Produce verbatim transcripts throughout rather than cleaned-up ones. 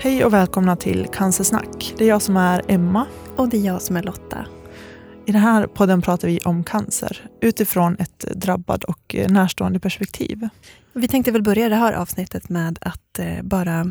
Hej och välkomna till Cancersnack. Det är jag som är Emma. Och det är jag som är Lotta. I den här podden pratar vi om cancer utifrån ett drabbad och närstående perspektiv. Vi tänkte väl börja det här avsnittet med att eh, bara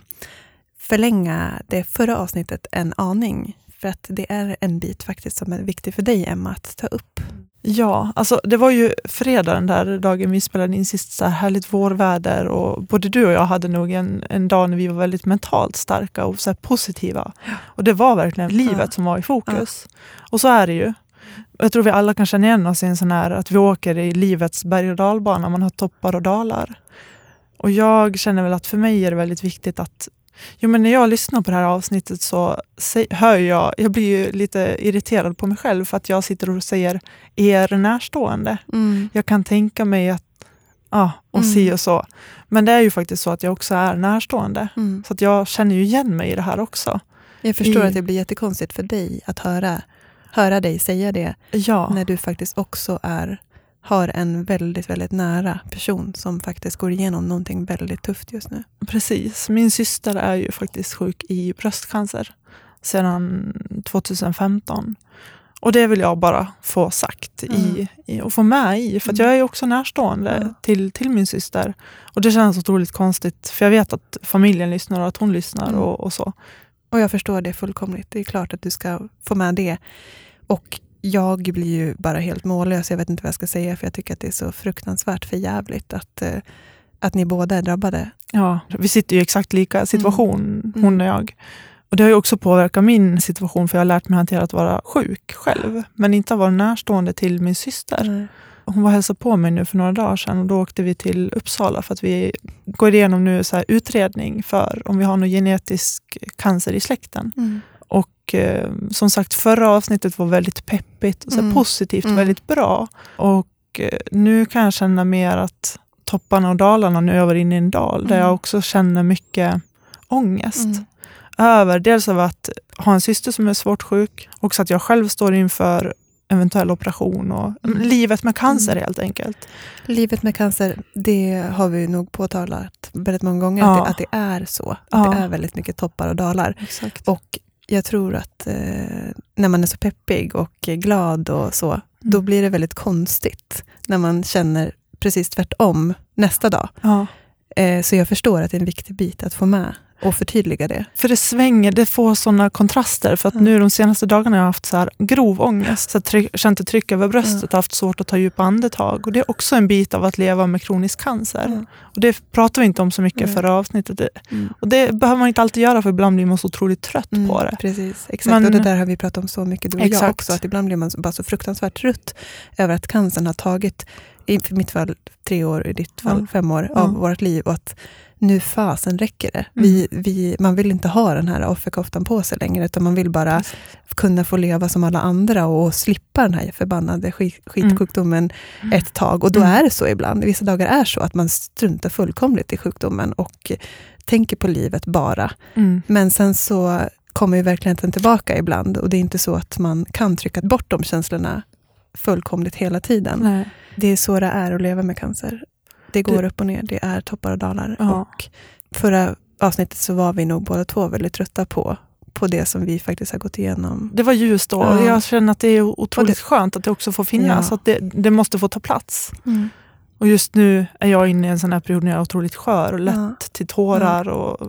förlänga det förra avsnittet en aning. För att det är en bit faktiskt som är viktig för dig, Emma, att ta upp. Ja, alltså det var ju fredag den där dagen vi spelade in sist, så här härligt vårväder, och både du och jag hade nog en, en dag när vi var väldigt mentalt starka och så här positiva. Och det var verkligen livet ja. som var i fokus. Ja. Och så är det ju. Jag tror vi alla kan känna igen oss i en sån här att vi åker i livets berg- och dalbana, man har toppar och dalar. Och jag känner väl att för mig är det väldigt viktigt att Jo, men när jag lyssnar på det här avsnittet så hör jag, jag blir ju lite irriterad på mig själv för att jag sitter och säger er närstående. Mm. Jag kan tänka mig att, ja, och mm. si och så. Men det är ju faktiskt så att jag också är närstående. Mm. Så att jag känner ju igen mig i det här också. Jag förstår I, att det blir jättekonstigt för dig att höra, höra dig säga det. Ja. När du faktiskt också är... har en väldigt, väldigt nära person som faktiskt går igenom någonting väldigt tufft just nu. Precis. Min syster är ju faktiskt sjuk i bröstcancer sedan tjugohundrafemton. Och det vill jag bara få sagt mm. i, i, och få med i. För att jag är ju också närstående mm. till, till min syster. Och det känns otroligt konstigt. För jag vet att familjen lyssnar och att hon lyssnar mm. och, och så. Och jag förstår det fullkomligt. Det är klart att du ska få med det. Och jag blir ju bara helt mållös. Jag vet inte vad jag ska säga, för jag tycker att det är så fruktansvärt för jävligt att, eh, att ni båda är drabbade. Ja, vi sitter ju i exakt lika situation, mm. hon och jag. Och det har ju också påverkat min situation, för jag har lärt mig hantera att vara sjuk själv. Men inte att vara närstående till min syster. Mm. Hon var hälsa på mig nu för några dagar sedan, och då åkte vi till Uppsala för att vi går igenom nu så här utredning för om vi har någon genetisk cancer i släkten. Mm. Och eh, som sagt, förra avsnittet var väldigt peppigt och så mm. positivt, mm. väldigt bra. Och eh, nu kan jag känna mer att topparna och dalarna, nu är jag inne i en dal mm. där jag också känner mycket ångest. Mm. Över, dels av att ha en syster som är svårt sjuk, och så att jag själv står inför eventuell operation och mm. livet med cancer mm. helt enkelt. Livet med cancer, det har vi nog påtalat väldigt många gånger, ja. att, det, att det är så. Att ja. det är väldigt mycket toppar och dalar. Exakt. Och jag tror att eh, när man är så peppig och glad och så, mm. då blir det väldigt konstigt när man känner precis tvärtom nästa dag. Ja. Eh, så jag förstår att det är en viktig bit att få med och förtydliga det. För det svänger, det får sådana kontraster. För att mm. nu de senaste dagarna har jag haft så här grov ångest. Så tryck, känt ett tryck över bröstet, mm. haft svårt att ta djupa andetag. Och det är också en bit av att leva med kronisk cancer. Mm. Och det pratar vi inte om så mycket mm. förra avsnittet. Mm. Och det behöver man inte alltid göra, för ibland blir man så otroligt trött mm. på det. Precis, exakt. Men, och det där har vi pratat om så mycket, du och exakt. jag också. Att ibland blir man bara så fruktansvärt trött över att cancern har tagit, i mitt fall tre år, i ditt fall mm. fem år av mm. vårt liv. Och att nu fasen räcker det. Vi, vi, man vill inte ha den här offerkoftan på sig längre, utan man vill bara Precis. kunna få leva som alla andra och slippa den här förbannade skit, skitsjukdomen mm. ett tag. Och då mm. är det så ibland. Vissa dagar är så att man struntar fullkomligt i sjukdomen och tänker på livet bara. Mm. Men sen så kommer ju verkligheten tillbaka ibland, och det är inte så att man kan trycka bort de känslorna fullkomligt hela tiden. Nej. Det är så det är att leva med cancer. Det går det, upp och ner, det är toppar och dalar. Ja. Och förra avsnittet så var vi nog båda två väldigt trötta på, på det som vi faktiskt har gått igenom. Det var ljust då. Ja. Jag känner att det är otroligt det, skönt att det också får finnas. Ja. Så att det, det måste få ta plats. Mm. Och just nu är jag inne i en sån här period när jag är otroligt skör och lätt ja. till tårar. Ja. Och,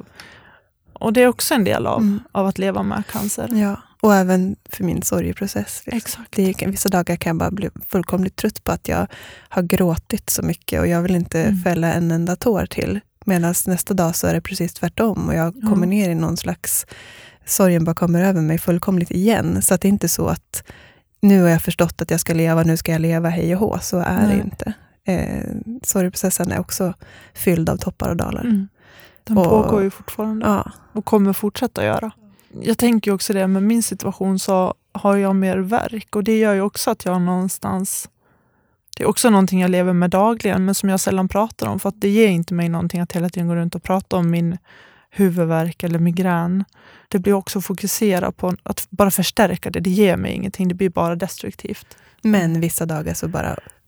och det är också en del av, mm. av att leva med cancer. Ja. Och även för min sorgeprocess. Liksom. Exakt. Det är, vissa dagar kan jag bara bli fullkomligt trött på att jag har gråtit så mycket. Och jag vill inte mm. fälla en enda tår till. Medan nästa dag så är det precis tvärtom. Och jag kommer mm. ner i någon slags... Sorgen bara kommer över mig fullkomligt igen. Så att det är inte så att nu har jag förstått att jag ska leva, nu ska jag leva hej och hå. Så är Nej. det inte. Eh, sorgeprocessen är också fylld av toppar och dalar. Mm. Den och, pågår ju fortfarande. Ja. Och kommer fortsätta göra. Jag tänker ju också det, med min situation så har jag mer värk. Och det gör ju också att jag någonstans... Det är också någonting jag lever med dagligen, men som jag sällan pratar om. För att det ger inte mig någonting att hela tiden gå runt och prata om min huvudvärk eller migrän. Det blir också fokusera på att bara förstärka det. Det ger mig ingenting, det blir bara destruktivt. Men vissa dagar så bara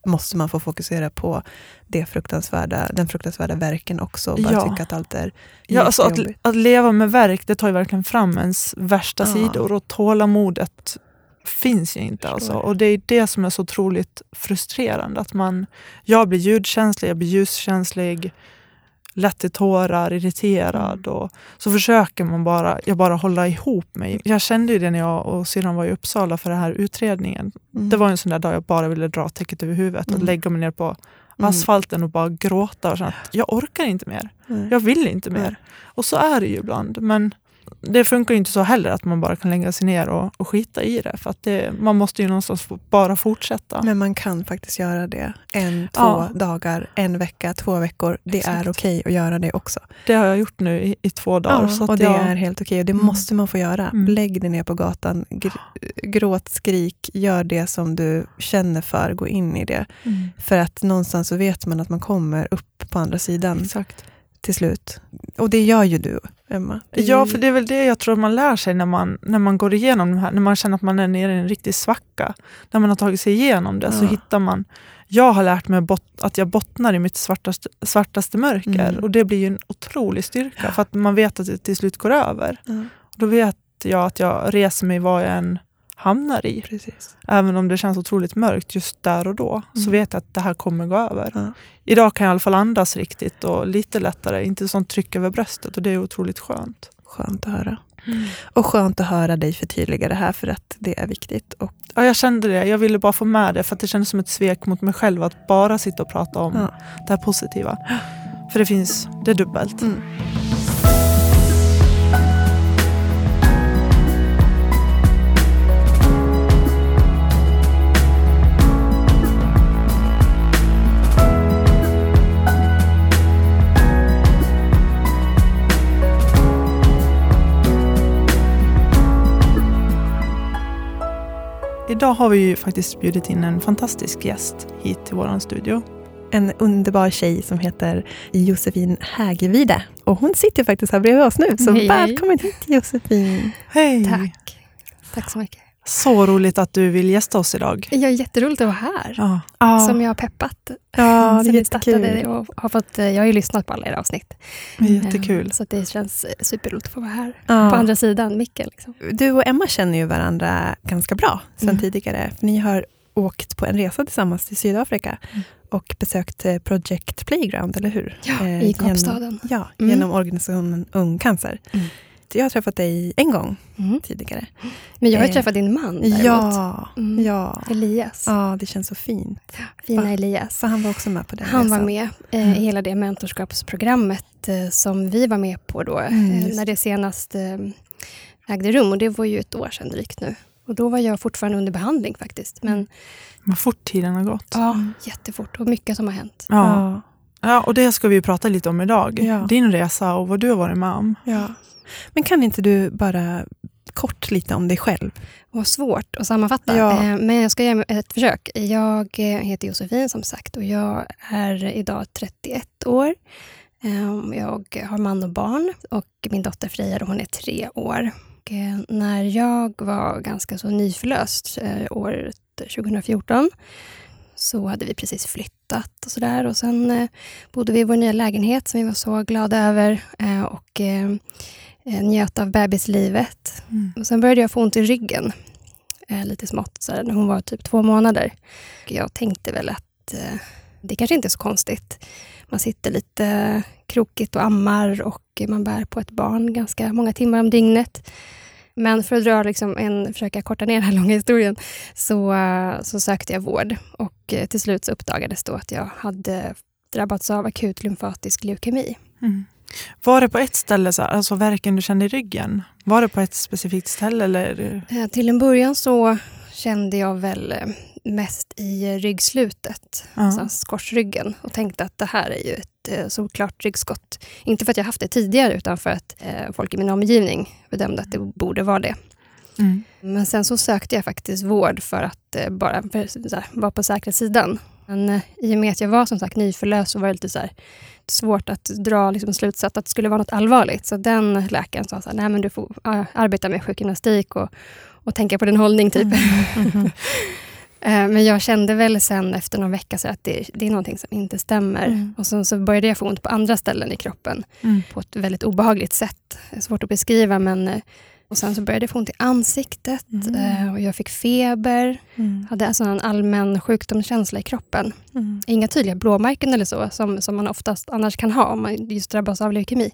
måste man få fokusera på det fruktansvärda, den fruktansvärda verken också. Och bara ja. tycka att allt är ja, alltså att, att leva med verk, det tar ju verkligen fram ens värsta ja. sidor. Och tålamodet finns ju inte. Alltså. Och det är det som är så otroligt frustrerande. Att man, jag blir ljudkänslig, jag blir ljuskänslig, lätt i tårar, irriterad. Och så försöker man bara, jag bara hålla ihop mig. Jag kände ju det när jag och syrran var i Uppsala för den här utredningen. Mm. Det var en sån där dag jag bara ville dra täcket över huvudet mm. och lägga mig ner på asfalten och bara gråta och känna att jag orkar inte mer. Mm. Jag vill inte mer. Mm. Och så är det ju ibland. Men det funkar ju inte så heller att man bara kan lägga sig ner och, och skita i det. För att det, man måste ju någonstans bara fortsätta. Men man kan faktiskt göra det. En, två ja. dagar, en vecka, två veckor. Det Exakt. är okej att göra det också. Det har jag gjort nu i, i två dagar. Ja, så att och det jag... är helt okej. Och det mm. måste man få göra. Mm. Lägg dig ner på gatan. Gr- gråt, skrik. Gör det som du känner för. Gå in i det. Mm. För att någonstans så vet man att man kommer upp på andra sidan. Exakt. Till slut. Och det gör ju du, Emma. Ja, för det är väl det jag tror man lär sig när man, när man går igenom det här. När man känner att man är nere i en riktig svacka. När man har tagit sig igenom det ja. så hittar man... Jag har lärt mig bot, att jag bottnar i mitt svartaste, svartaste mörker. Mm. Och det blir ju en otrolig styrka. Ja. För att man vet att det till slut går över. Ja. Då vet jag att jag reser mig vad jag än hamnar i. Precis. Även om det känns otroligt mörkt just där och då. Mm. Så vet jag att det här kommer gå över. Ja. Idag kan jag i alla fall andas riktigt och lite lättare. Inte sånt tryck över bröstet och det är otroligt skönt. Skönt att höra. Mm. Och skönt att höra dig förtydliga det här för att det är viktigt. Och... Ja, jag kände det. Jag ville bara få med det för att det kändes som ett svek mot mig själv att bara sitta och prata om ja. det här positiva. För det finns, det är dubbelt. Mm. Idag har vi ju faktiskt bjudit in en fantastisk gäst hit till våran studio. En underbar tjej som heter Josefin Hägevide. Och hon sitter faktiskt här bredvid oss nu. Så hej, välkommen hit Josefin. Hej. Tack. Tack så mycket. Så roligt att du vill gästa oss idag. Ja, jätteroligt att vara här. Ja. Som jag har peppat. Ja, det är vi startade och har fått, jag har ju lyssnat på alla era avsnitt. Jättekul. Så det känns superroligt att få vara här. Ja. På andra sidan, Micke. Liksom. Du och Emma känner ju varandra ganska bra sedan mm. tidigare. Ni har åkt på en resa tillsammans till Sydafrika. Mm. Och besökt Project Playground, eller hur? Ja, eh, i Kapstaden. Genom, ja, mm. genom organisationen Ung Cancer. Mm. Jag har träffat dig en gång mm. tidigare. Men jag har ju eh, träffat din man däremot. Ja, mm. ja. Elias. Ja, det känns så fint. Ja, fina Va? Elias. Så han var också med på det. Han resan. var med eh, i mm. hela det mentorskapsprogrammet eh, som vi var med på då. Mm, eh, när det senast eh, ägde rum. Och det var ju ett år sedan drygt nu. Och då var jag fortfarande under behandling faktiskt. Men vad fort tiden har gått. Ja, mm. jättefort. Och mycket som har hänt. Ja. Ja. Ja, och det ska vi ju prata lite om idag. Ja. Din resa och vad du har varit med om. Ja. Men kan inte du bara kort lite om dig själv? Vad svårt att sammanfatta. Ja. Men jag ska göra ett försök. Jag heter Josefin som sagt och jag är idag trettioett år. Jag har man och barn och min dotter Freja hon är tre år. Och när jag var ganska så nyförlöst året tjugohundrafjorton så hade vi precis flyttat och sådär. Och sen eh, bodde vi i vår nya lägenhet som vi var så glada över. Eh, och eh, njöt av bebislivet. Mm. Och sen började jag få ont i ryggen. Eh, lite smått sådär, när hon var typ två månader. Och jag tänkte väl att eh, det kanske inte är så konstigt. Man sitter lite krokigt och ammar och man bär på ett barn ganska många timmar om dygnet. Men för att dra liksom en, försöka korta ner den här långa historien så, så sökte jag vård. Och till slut så uppdagades då att jag hade drabbats av akut lymfatisk leukemi. Mm. Var det på ett ställe, så här, alltså verken du kände i ryggen? Var det på ett specifikt ställe? Eller? Eh, till en början så kände jag väl mest i ryggslutet, uh-huh. alltså korsryggen. Och tänkte att det här är ju ett eh, såklart ryggskott. Inte för att jag haft det tidigare utan för att eh, folk i min omgivning bedömde att det borde vara det. Mm. Men sen så sökte jag faktiskt vård för att eh, bara för, så här, vara på säkra sidan. Men eh, i och med att jag var som sagt nyförlös så var det lite så här, svårt att dra liksom, slutsats att det skulle vara något allvarligt. Så den läkaren sa så här, nej men du får uh, arbeta med sjukgymnastik och, och tänka på din hållning typ. Mm. Mm. Men jag kände väl sen efter någon vecka så att det, det är någonting som inte stämmer. Mm. Och sen så började jag få ont på andra ställen i kroppen. Mm. På ett väldigt obehagligt sätt. Det är svårt att beskriva, men... Och sen så började jag få ont i ansiktet. Mm. Och jag fick feber. Mm. Hade alltså en allmän sjukdomskänsla i kroppen. Mm. Inga tydliga blåmärken eller så. Som, som man oftast annars kan ha om man just drabbas av leukemi.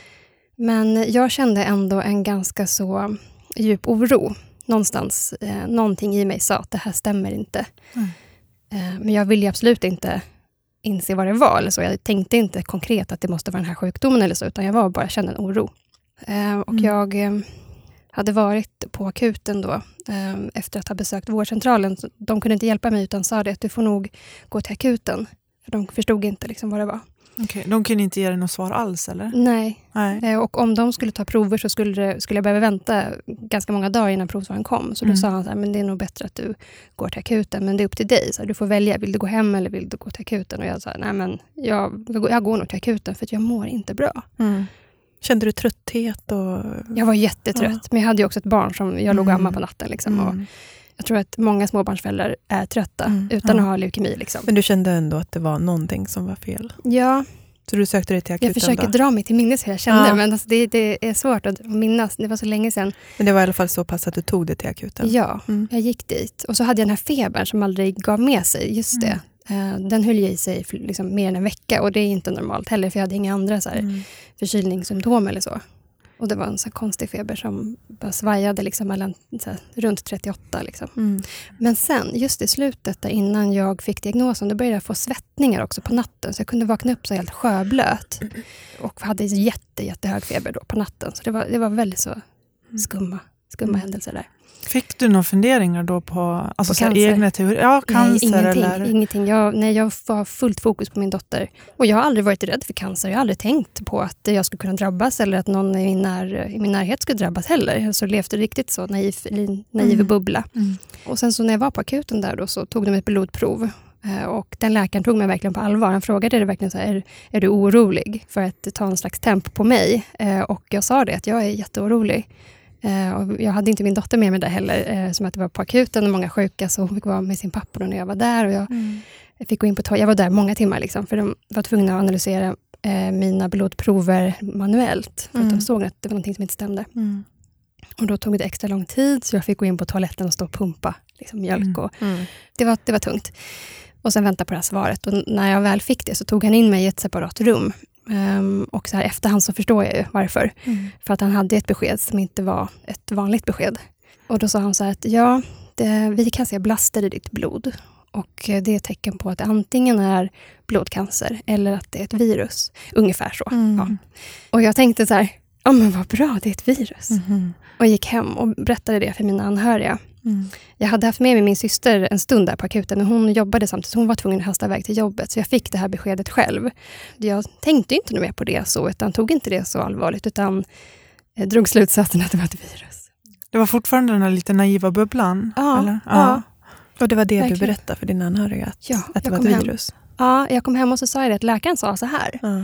Men jag kände ändå en ganska så djup oro. Någonstans, eh, någonting i mig sa att det här stämmer inte. Mm. Eh, men jag ville absolut inte inse vad det var. Eller så. Jag tänkte inte konkret att det måste vara den här sjukdomen eller så. Utan jag var bara kände en oro. Eh, och mm. jag eh, hade varit på akuten då. Eh, efter att ha besökt vårdcentralen. De kunde inte hjälpa mig utan sa det att du får nog gå till akuten. För de förstod inte liksom vad det var. Okay. De kunde inte ge dig något svar alls, eller? Nej. Nej. Eh, och om de skulle ta prover så skulle, det, skulle jag behöva vänta ganska många dagar innan provsvaren kom. Så mm. då sa han så här, men det är nog bättre att du går till akuten. Men det är upp till dig. Så här, du får välja, vill du gå hem eller vill du gå till akuten? Och jag sa, nej men jag, jag går nog till akuten för att jag mår inte bra. Mm. Kände du trötthet? Och... Jag var jättetrött. Ja. Men jag hade ju också ett barn som jag mm. låg och ammade på natten. Liksom, mm. och jag tror att många småbarnsföräldrar är trötta mm. utan ja. att ha leukemi. Liksom. Men du kände ändå att det var någonting som var fel? Ja. Så du sökte dig till akuten? Jag försöker då? dra mig till minnes hur jag kände. Ja. Men alltså det, det är svårt att minnas. Det var så länge sedan. Men det var i alla fall så pass att du tog det till akuten? Ja, mm. jag gick dit. Och så hade jag den här febern som aldrig gav med sig. Just det. Mm. Den höll i sig för liksom mer än en vecka. Och det är inte normalt heller. För jag hade inga andra så här mm. förkylningssymptom eller så. Och det var en så konstig feber som bara svajade liksom mellan, så här, runt trettioåtta. Liksom. Mm. Men sen, just i slutet där innan jag fick diagnosen, då började jag få svettningar också på natten. Så jag kunde vakna upp så helt sjöblöt. Och hade jätte, jättehög feber då på natten. Så det var, det var väldigt så skumma, skumma mm. händelser där. Fick du några funderingar då på, alltså på cancer? Egna teorier? Ja, cancer nej, ingenting. Eller? ingenting. Jag, nej, jag var fullt fokus på min dotter. Och jag har aldrig varit rädd för cancer. Jag har aldrig tänkt på att jag skulle kunna drabbas eller att någon i min, när, i min närhet skulle drabbas heller. Jag så levde riktigt så naiv, naiv mm. bubbla. Mm. Och sen så när jag var på akuten där då, så tog de ett blodprov. Och den läkaren tog mig verkligen på allvar. Han frågade det verkligen så här, är, är du orolig för att ta en slags temp på mig? Och jag sa det, att jag är jätteorolig. Uh, och jag hade inte min dotter med mig där heller, uh, som att det var på akuten och många sjuka, så hon fick vara med sin pappa när jag var där. Och jag, mm. jag fick gå in på to- Jag var där många timmar liksom, för de var tvungna att analysera uh, mina blodprover manuellt. För mm. att de såg att det var någonting som inte stämde. Mm. Och då tog det extra lång tid, så jag fick gå in på toaletten och stå och pumpa liksom, mjölk. Och mm. det, var, det var tungt. Och sen vänta på det här svaret. Och när jag väl fick det så tog han in mig i ett separat rum. Um, och så här efterhand så förstår jag ju varför. Mm. För att han hade ett besked som inte var ett vanligt besked. Och då sa han så här att ja, det, vi kan se blaster i ditt blod. Och det är ett tecken på att det antingen är blodcancer eller att det är ett virus. Ungefär så. Mm. Ja. Och jag tänkte så här, ja men vad bra, det är ett virus. Mm. Och gick hem och berättade det för mina anhöriga. Mm. Jag hade haft med mig min syster en stund där på akuten, men hon jobbade samtidigt, så hon var tvungen att hasta iväg till jobbet, så jag fick det här beskedet själv. Jag tänkte inte mer på det så, utan tog inte det så allvarligt, utan jag drog slutsatsen att det var ett virus. Det var fortfarande den här lite naiva bubblan? Ja. Eller? Ja. ja. Och det var det Verkligen. Du berättade för dina anhöriga, att, ja, att det var ett virus? Hem. Ja, jag kom hem och så sa jag det, att läkaren sa så här. Ja.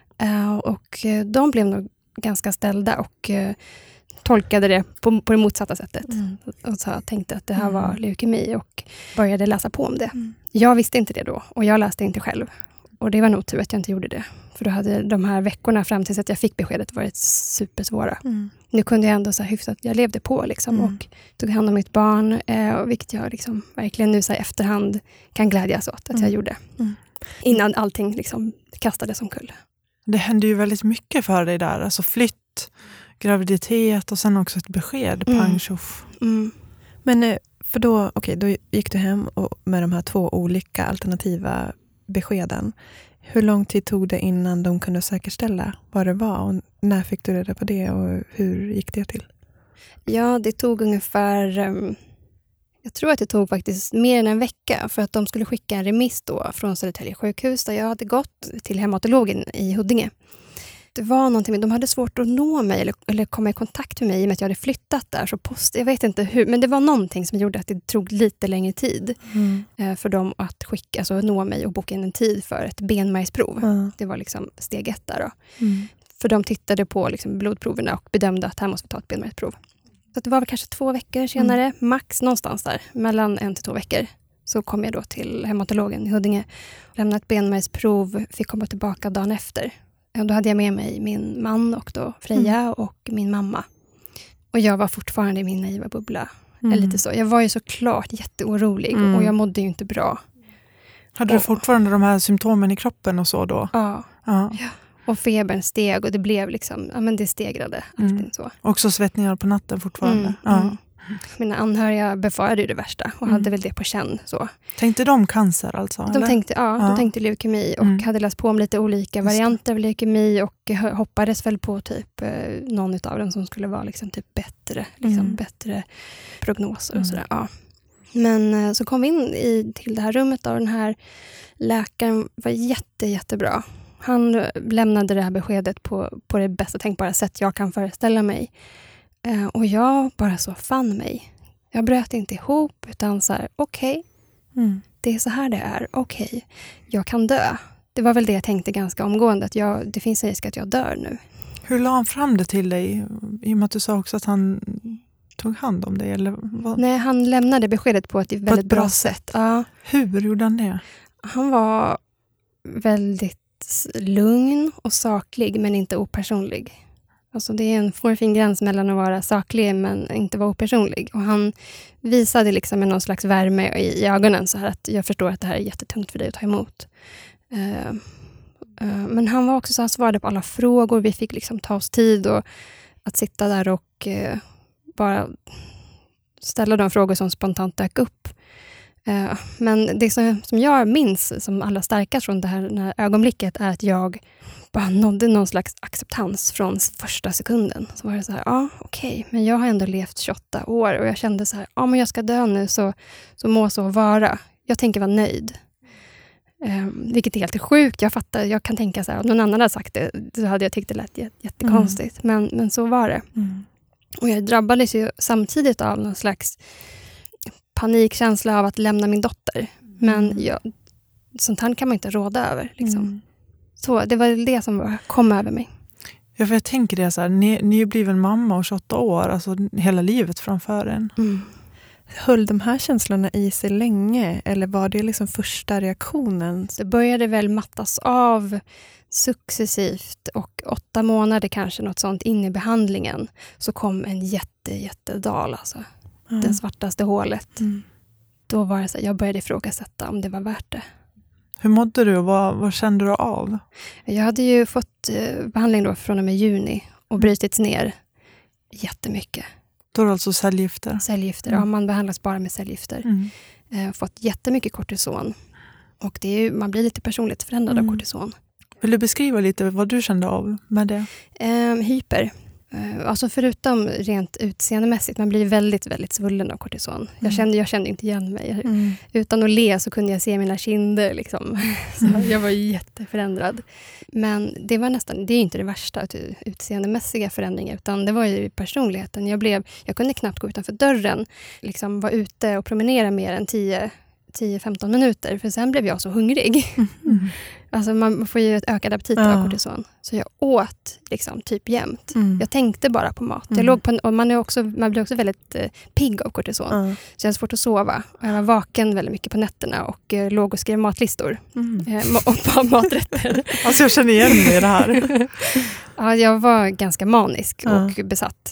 Uh, och de blev nog ganska ställda och uh, tolkade det på, på det motsatta sättet. Mm. Och så tänkte att det här mm. var leukemi och började läsa på om det. Mm. Jag visste inte det då och jag läste inte själv. Och det var nog tur att jag inte gjorde det. För då hade de här veckorna fram tills att jag fick beskedet varit supersvåra. Mm. Nu kunde jag ändå så här hyfsat, jag levde på liksom mm. och tog hand om mitt barn. Eh, vilket jag liksom verkligen nu så här efterhand kan glädjas åt att mm. jag gjorde. Mm. Innan allting liksom kastades omkull. Det hände ju väldigt mycket för dig där. Alltså flytt, graviditet och sen också ett besked. Mm. Pang, tjoff. Mm. Men för då, okej, då gick du hem och med de här två olika alternativa beskeden. Hur lång tid tog det innan de kunde säkerställa vad det var? Och när fick du reda på det och hur gick det till? Ja, det tog ungefär... Um, jag tror att det tog faktiskt mer än en vecka för att de skulle skicka en remiss då från Södertälje sjukhus där jag hade gått till hematologen i Huddinge. Det var någonting, men de hade svårt att nå mig eller, eller komma i kontakt med mig i och med att jag hade flyttat där. Så post, jag vet inte hur, men det var någonting som gjorde att det tog lite längre tid mm. eh, för dem att skicka, alltså nå mig och boka in en tid för ett benmärgsprov. Mm. Det var liksom steg ett där då. Mm. För de tittade på liksom blodproverna och bedömde att här måste vi ta ett benmärgsprov. Så det var väl kanske två veckor senare, mm. max någonstans där, mellan en till två veckor. så kom jag då till hematologen i Huddinge. Lämnade ett benmärgsprov, fick komma tillbaka dagen efter. Och då hade jag med mig min man och då Freja mm. och min mamma. Och jag var fortfarande i min naiva bubbla. Mm. Lite så. Jag var ju såklart jätteorolig mm. och jag mådde ju inte bra. Hade och, du fortfarande de här symptomen i kroppen och så då? Ja. ja. ja. Och febern steg och det blev liksom, ja men det stegrade. Mm. Så. Också svettningar på natten fortfarande? Mm. Ja. Mm. Mina anhöriga befarade ju det värsta och mm. hade väl det på känn. Så. Tänkte de cancer alltså? De tänkte, ja, ja, de tänkte leukemi och mm. hade läst på om lite olika varianter av leukemi och hoppades väl på typ eh, någon av dem som skulle vara liksom typ bättre, liksom mm. bättre prognoser och mm. sådär. Ja. Men eh, så kom vi in i, till det här rummet och den här läkaren var jätte, jättebra. Han lämnade det här beskedet på, på det bästa tänkbara sätt jag kan föreställa mig. Uh, och jag bara så fann mig. Jag bröt inte ihop utan så här, okej, okay, mm. det är så här det är, okej, okay, jag kan dö. Det var väl det jag tänkte ganska omgående, att jag, det finns en risk att jag dör nu. Hur la han fram det till dig? I och med att du sa också att han tog hand om dig, eller vad? Nej, han lämnade beskedet på ett väldigt på ett bra, bra sätt. sätt. Ja. Hur gjorde han det? Han var väldigt lugn och saklig, men inte opersonlig. Alltså det är en fin gräns mellan att vara saklig men inte vara opersonlig. Och han visade liksom med någon slags värme i, i ögonen så här att jag förstår att det här är jättetungt för dig att ta emot. Uh, uh, men han var också så han svarade på alla frågor. Vi fick liksom ta oss tid och att sitta där och uh, bara ställa de frågor som spontant dök upp. Uh, men det som, som jag minns som allra starkast från det här, det här ögonblicket är att jag bara nådde någon slags acceptans från första sekunden. Så var det så här, ja okej, okay, men jag har ändå levt tjugoåtta år och jag kände så här, ja men jag ska dö nu så, så må så vara. Jag tänker vara nöjd. Um, vilket är helt sjukt. Jag fattar, jag kan tänka så här, om någon annan hade sagt det så hade jag tyckt det lät j- jättekonstigt. Mm. Men, men så var det. Mm. Och jag drabbades ju samtidigt av någon slags panikkänsla av att lämna min dotter. Men jag, sånt här kan man inte råda över. Liksom. Mm. Så det var det som kom över mig. Ja, för jag tänker det så här, ni, ni är bliven mamma och tjugoåtta år, alltså hela livet framför en. Mm. Höll de här känslorna i sig länge eller var det liksom första reaktionen? Det började väl mattas av successivt och åtta månader kanske något sånt in i behandlingen så kom en jätte, jättedal alltså. Mm. Den svartaste hålet. Mm. Då var det så här, jag började ifrågasätta om det var värt det. Hur mådde du och vad, vad kände du av? Jag hade ju fått eh, behandling då från och med juni och brutits ner jättemycket. Då är det alltså cellgifter? Cellgifter, mm. ja man behandlas bara med cellgifter. Mm. Eh, fått jättemycket kortison. Och det är ju, man blir lite personligt förändrad mm. av kortison. Vill du beskriva lite vad du kände av med det? Eh, hyper. Alltså förutom rent utseendemässigt, man blir väldigt, väldigt svullen av kortison. Mm. Jag, kände, jag kände inte igen mig. Mm. Utan att le så kunde jag se mina kinder. Liksom. Så mm. jag var jätteförändrad. Men det var nästan, det är inte det värsta utseendemässiga förändringar, utan det var ju personligheten. Jag, blev, jag kunde knappt gå utanför dörren, liksom vara ute och promenera mer än tio till femton minuter, för sen blev jag så hungrig. Mm. Alltså man får ju ett ökad aptit av kortison. Så jag åt liksom typ jämt. Mm. Jag tänkte bara på mat. Jag mm. låg på, och man, är också, man blir också väldigt eh, pigg av kortison. Mm. Så jag hade svårt att sova. Och jag var vaken väldigt mycket på nätterna och eh, låg och skrev matlistor. Mm. Eh, och maträtter. Alltså jag känner igen mig i det här. Ja, jag var ganska manisk mm. och besatt.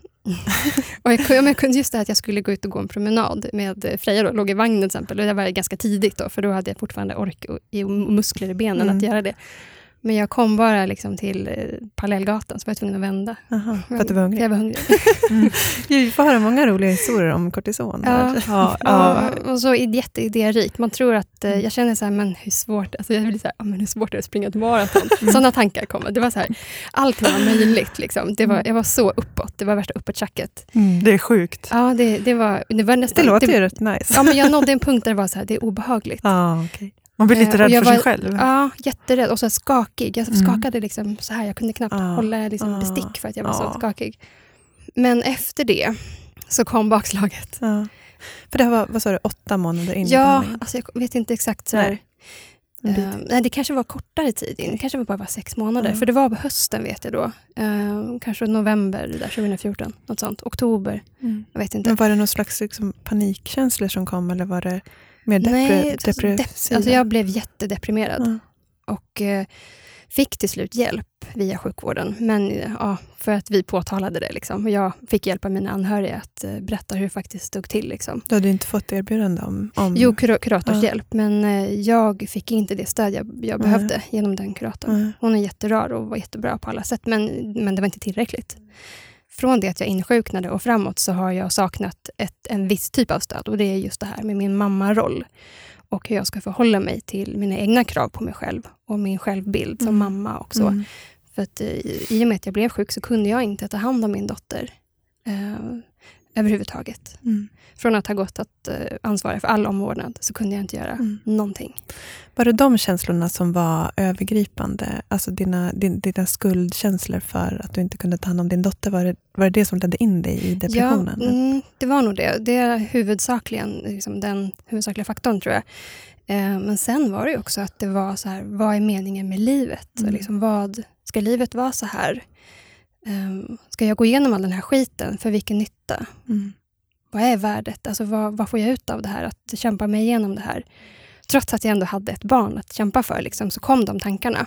Och jag, jag kunde just det att jag skulle gå ut och gå en promenad med Freja då, låg i vagnen till exempel, och det var ganska tidigt då, för då hade jag fortfarande ork och, och muskler i benen mm. att göra det. Men jag kom bara liksom till eh, parallellgatan, så var jag tvungen att vända. Aha, för att du var hungrig? Jag var hungrig. Mm. Vi får höra många roliga historier om kortison. Ja, ja, ja. Och så jätteidérikt. Man tror att, eh, jag känner så här, men hur svårt, alltså jag blir så här, oh, men hur svårt är det att springa ett maraton? Mm. Sådana tankar kommer. Det var så här, allt var möjligt liksom. Det var, jag var så uppåt, det var värsta uppåtjacket. Mm. Det är sjukt. Ja, det, det var, det var nästan... Det låter det, ju rätt nice. Ja, men jag nådde en punkt där det var så här, det är obehagligt. Ah, okay. Man blir lite rädd för var, sig själv. Ja, jätterädd. Och så skakig. Jag skakade liksom så här. Jag kunde knappt ah, hålla liksom ah, bestick för att jag var ah. så skakig. Men efter det så kom bakslaget. Ah. För det var, vad sa du, åtta månader in? Ja, alltså jag vet inte exakt så här. Nej. Uh, nej, det kanske var kortare tid in. Det kanske var bara var sex månader. Mm. För det var på hösten vet jag då. Uh, kanske november där tjugohundrafjorton. Något sånt. Oktober. Mm. Jag vet inte. Men var det någon slags liksom, panikkänslor som kom? Eller var det Mer depre- Nej, depressiv? alltså jag blev jättedeprimerad. Mm. Och eh, fick till slut hjälp via sjukvården. Men ja, för att vi påtalade det. Liksom. Och jag fick hjälp av mina anhöriga att eh, berätta hur det faktiskt stod till. Liksom. Du hade inte fått erbjudande om... om... Jo, kur- kurators ja. hjälp. Men eh, jag fick inte det stöd jag, jag behövde mm. genom den kuratorn. Mm. Hon är jätterar och var jättebra på alla sätt. Men, men det var inte tillräckligt. Från det att jag insjuknade och framåt så har jag saknat ett, en viss typ av stöd. Och det är just det här med min mammaroll. Och hur jag ska förhålla mig till mina egna krav på mig själv. Och min självbild som mm. mamma också. Mm. För att i, i och med att jag blev sjuk så kunde jag inte ta hand om min dotter. Eh, överhuvudtaget. Mm. Från att ha gått att eh, ansvara för all omvårdnad så kunde jag inte göra mm. någonting. Var det de känslorna som var övergripande? Alltså dina, din, dina skuldkänslor för att du inte kunde ta hand om din dotter? Var det var det, det som ledde in dig i depressionen? Ja, mm, det var nog det. Det är huvudsakligen liksom den huvudsakliga faktorn tror jag. Eh, men sen var det ju också att det var så här, vad är meningen med livet? Mm. Liksom, vad, ska livet vara så här? Um, ska jag gå igenom all den här skiten? För vilken nytta? Mm. Vad är värdet? Alltså, vad, vad får jag ut av det här? Att kämpa mig igenom det här. Trots att jag ändå hade ett barn att kämpa för. Liksom, så kom de tankarna.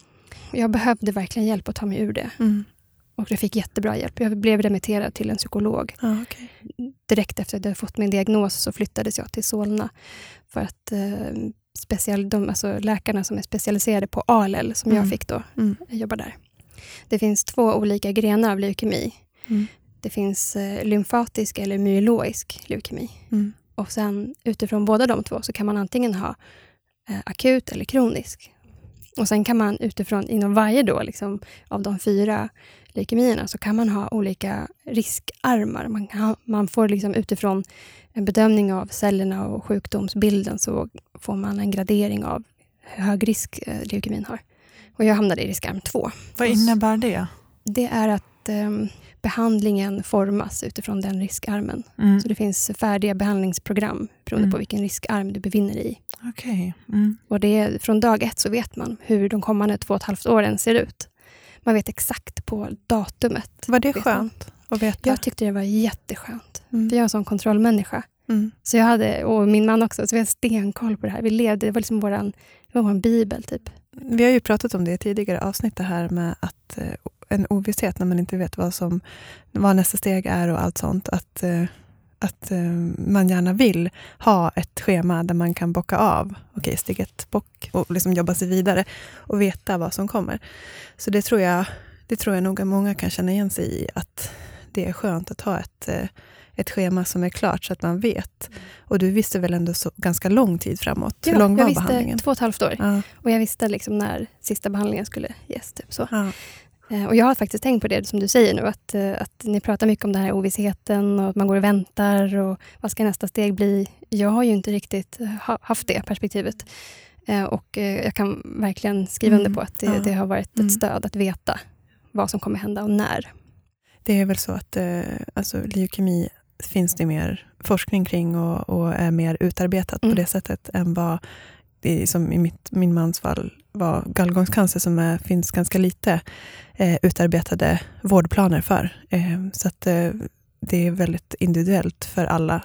Jag behövde verkligen hjälp att ta mig ur det. Mm. Och jag fick jättebra hjälp. Jag blev remitterad till en psykolog. Ah, okay. Direkt efter att jag fått min diagnos så flyttades jag till Solna. För att eh, special, de, alltså läkarna som är specialiserade på A L L som mm. jag fick då, mm. jag jobbar där. Det finns två olika grenar av leukemi. Mm. Det finns eh, lymfatisk eller myeloisk leukemi. Mm. Och sen utifrån båda de två så kan man antingen ha eh, akut eller kronisk. Och sen kan man utifrån inom varje då liksom, av de fyra leukemierna så kan man ha olika riskarmar. Man, kan, man får liksom utifrån en bedömning av cellerna och sjukdomsbilden så får man en gradering av hur hög risk eh, leukemin har. Och jag hamnade i riskarm två. Vad innebär det? Det är att eh, behandlingen formas utifrån den riskarmen. Mm. Så det finns färdiga behandlingsprogram beroende mm. på vilken riskarm du befinner dig i. Okej. Okay. Mm. Och det är, från dag ett så vet man hur de kommande två och ett halvt åren ser ut. Man vet exakt på datumet. Var det skönt att veta? Jag tyckte det var jätteskönt. Mm. För jag är en sån kontrollmänniska. Mm. Så jag hade, och min man också, så vi hade stenkoll på det här. Vi levde, det var liksom våran, det var vår bibel typ. Vi har ju pratat om det i tidigare avsnitt, det här med att eh, en ovisshet när man inte vet vad som vad nästa steg är och allt sånt. Att, eh, att eh, man gärna vill ha ett schema där man kan bocka av. Okej, steg ett, bock. Och liksom jobba sig vidare och veta vad som kommer. Så det tror jag, det tror jag nog att många kan känna igen sig i. Att det är skönt att ha ett... Eh, ett schema som är klart så att man vet. Och du visste väl ändå så ganska lång tid framåt? Ja, Hur lång var jag visste behandlingen? två och ett halvt år. Ja. Och jag visste liksom när sista behandlingen skulle ges. Typ så. Ja. Eh, och jag har faktiskt tänkt på det som du säger nu. Att, eh, att ni pratar mycket om den här ovissheten och att man går och väntar. Och vad ska nästa steg bli? Jag har ju inte riktigt ha, haft det perspektivet. Eh, och eh, jag kan verkligen skriva mm. under på att det, ja. det har varit ett mm. stöd att veta vad som kommer hända och när. Det är väl så att eh, alltså, leukemi finns det mer forskning kring och, och är mer utarbetat mm. på det sättet än vad det, som i mitt, min mans fall var gallgångscancer som är, finns ganska lite eh, utarbetade vårdplaner för. Eh, så att eh, det är väldigt individuellt för alla.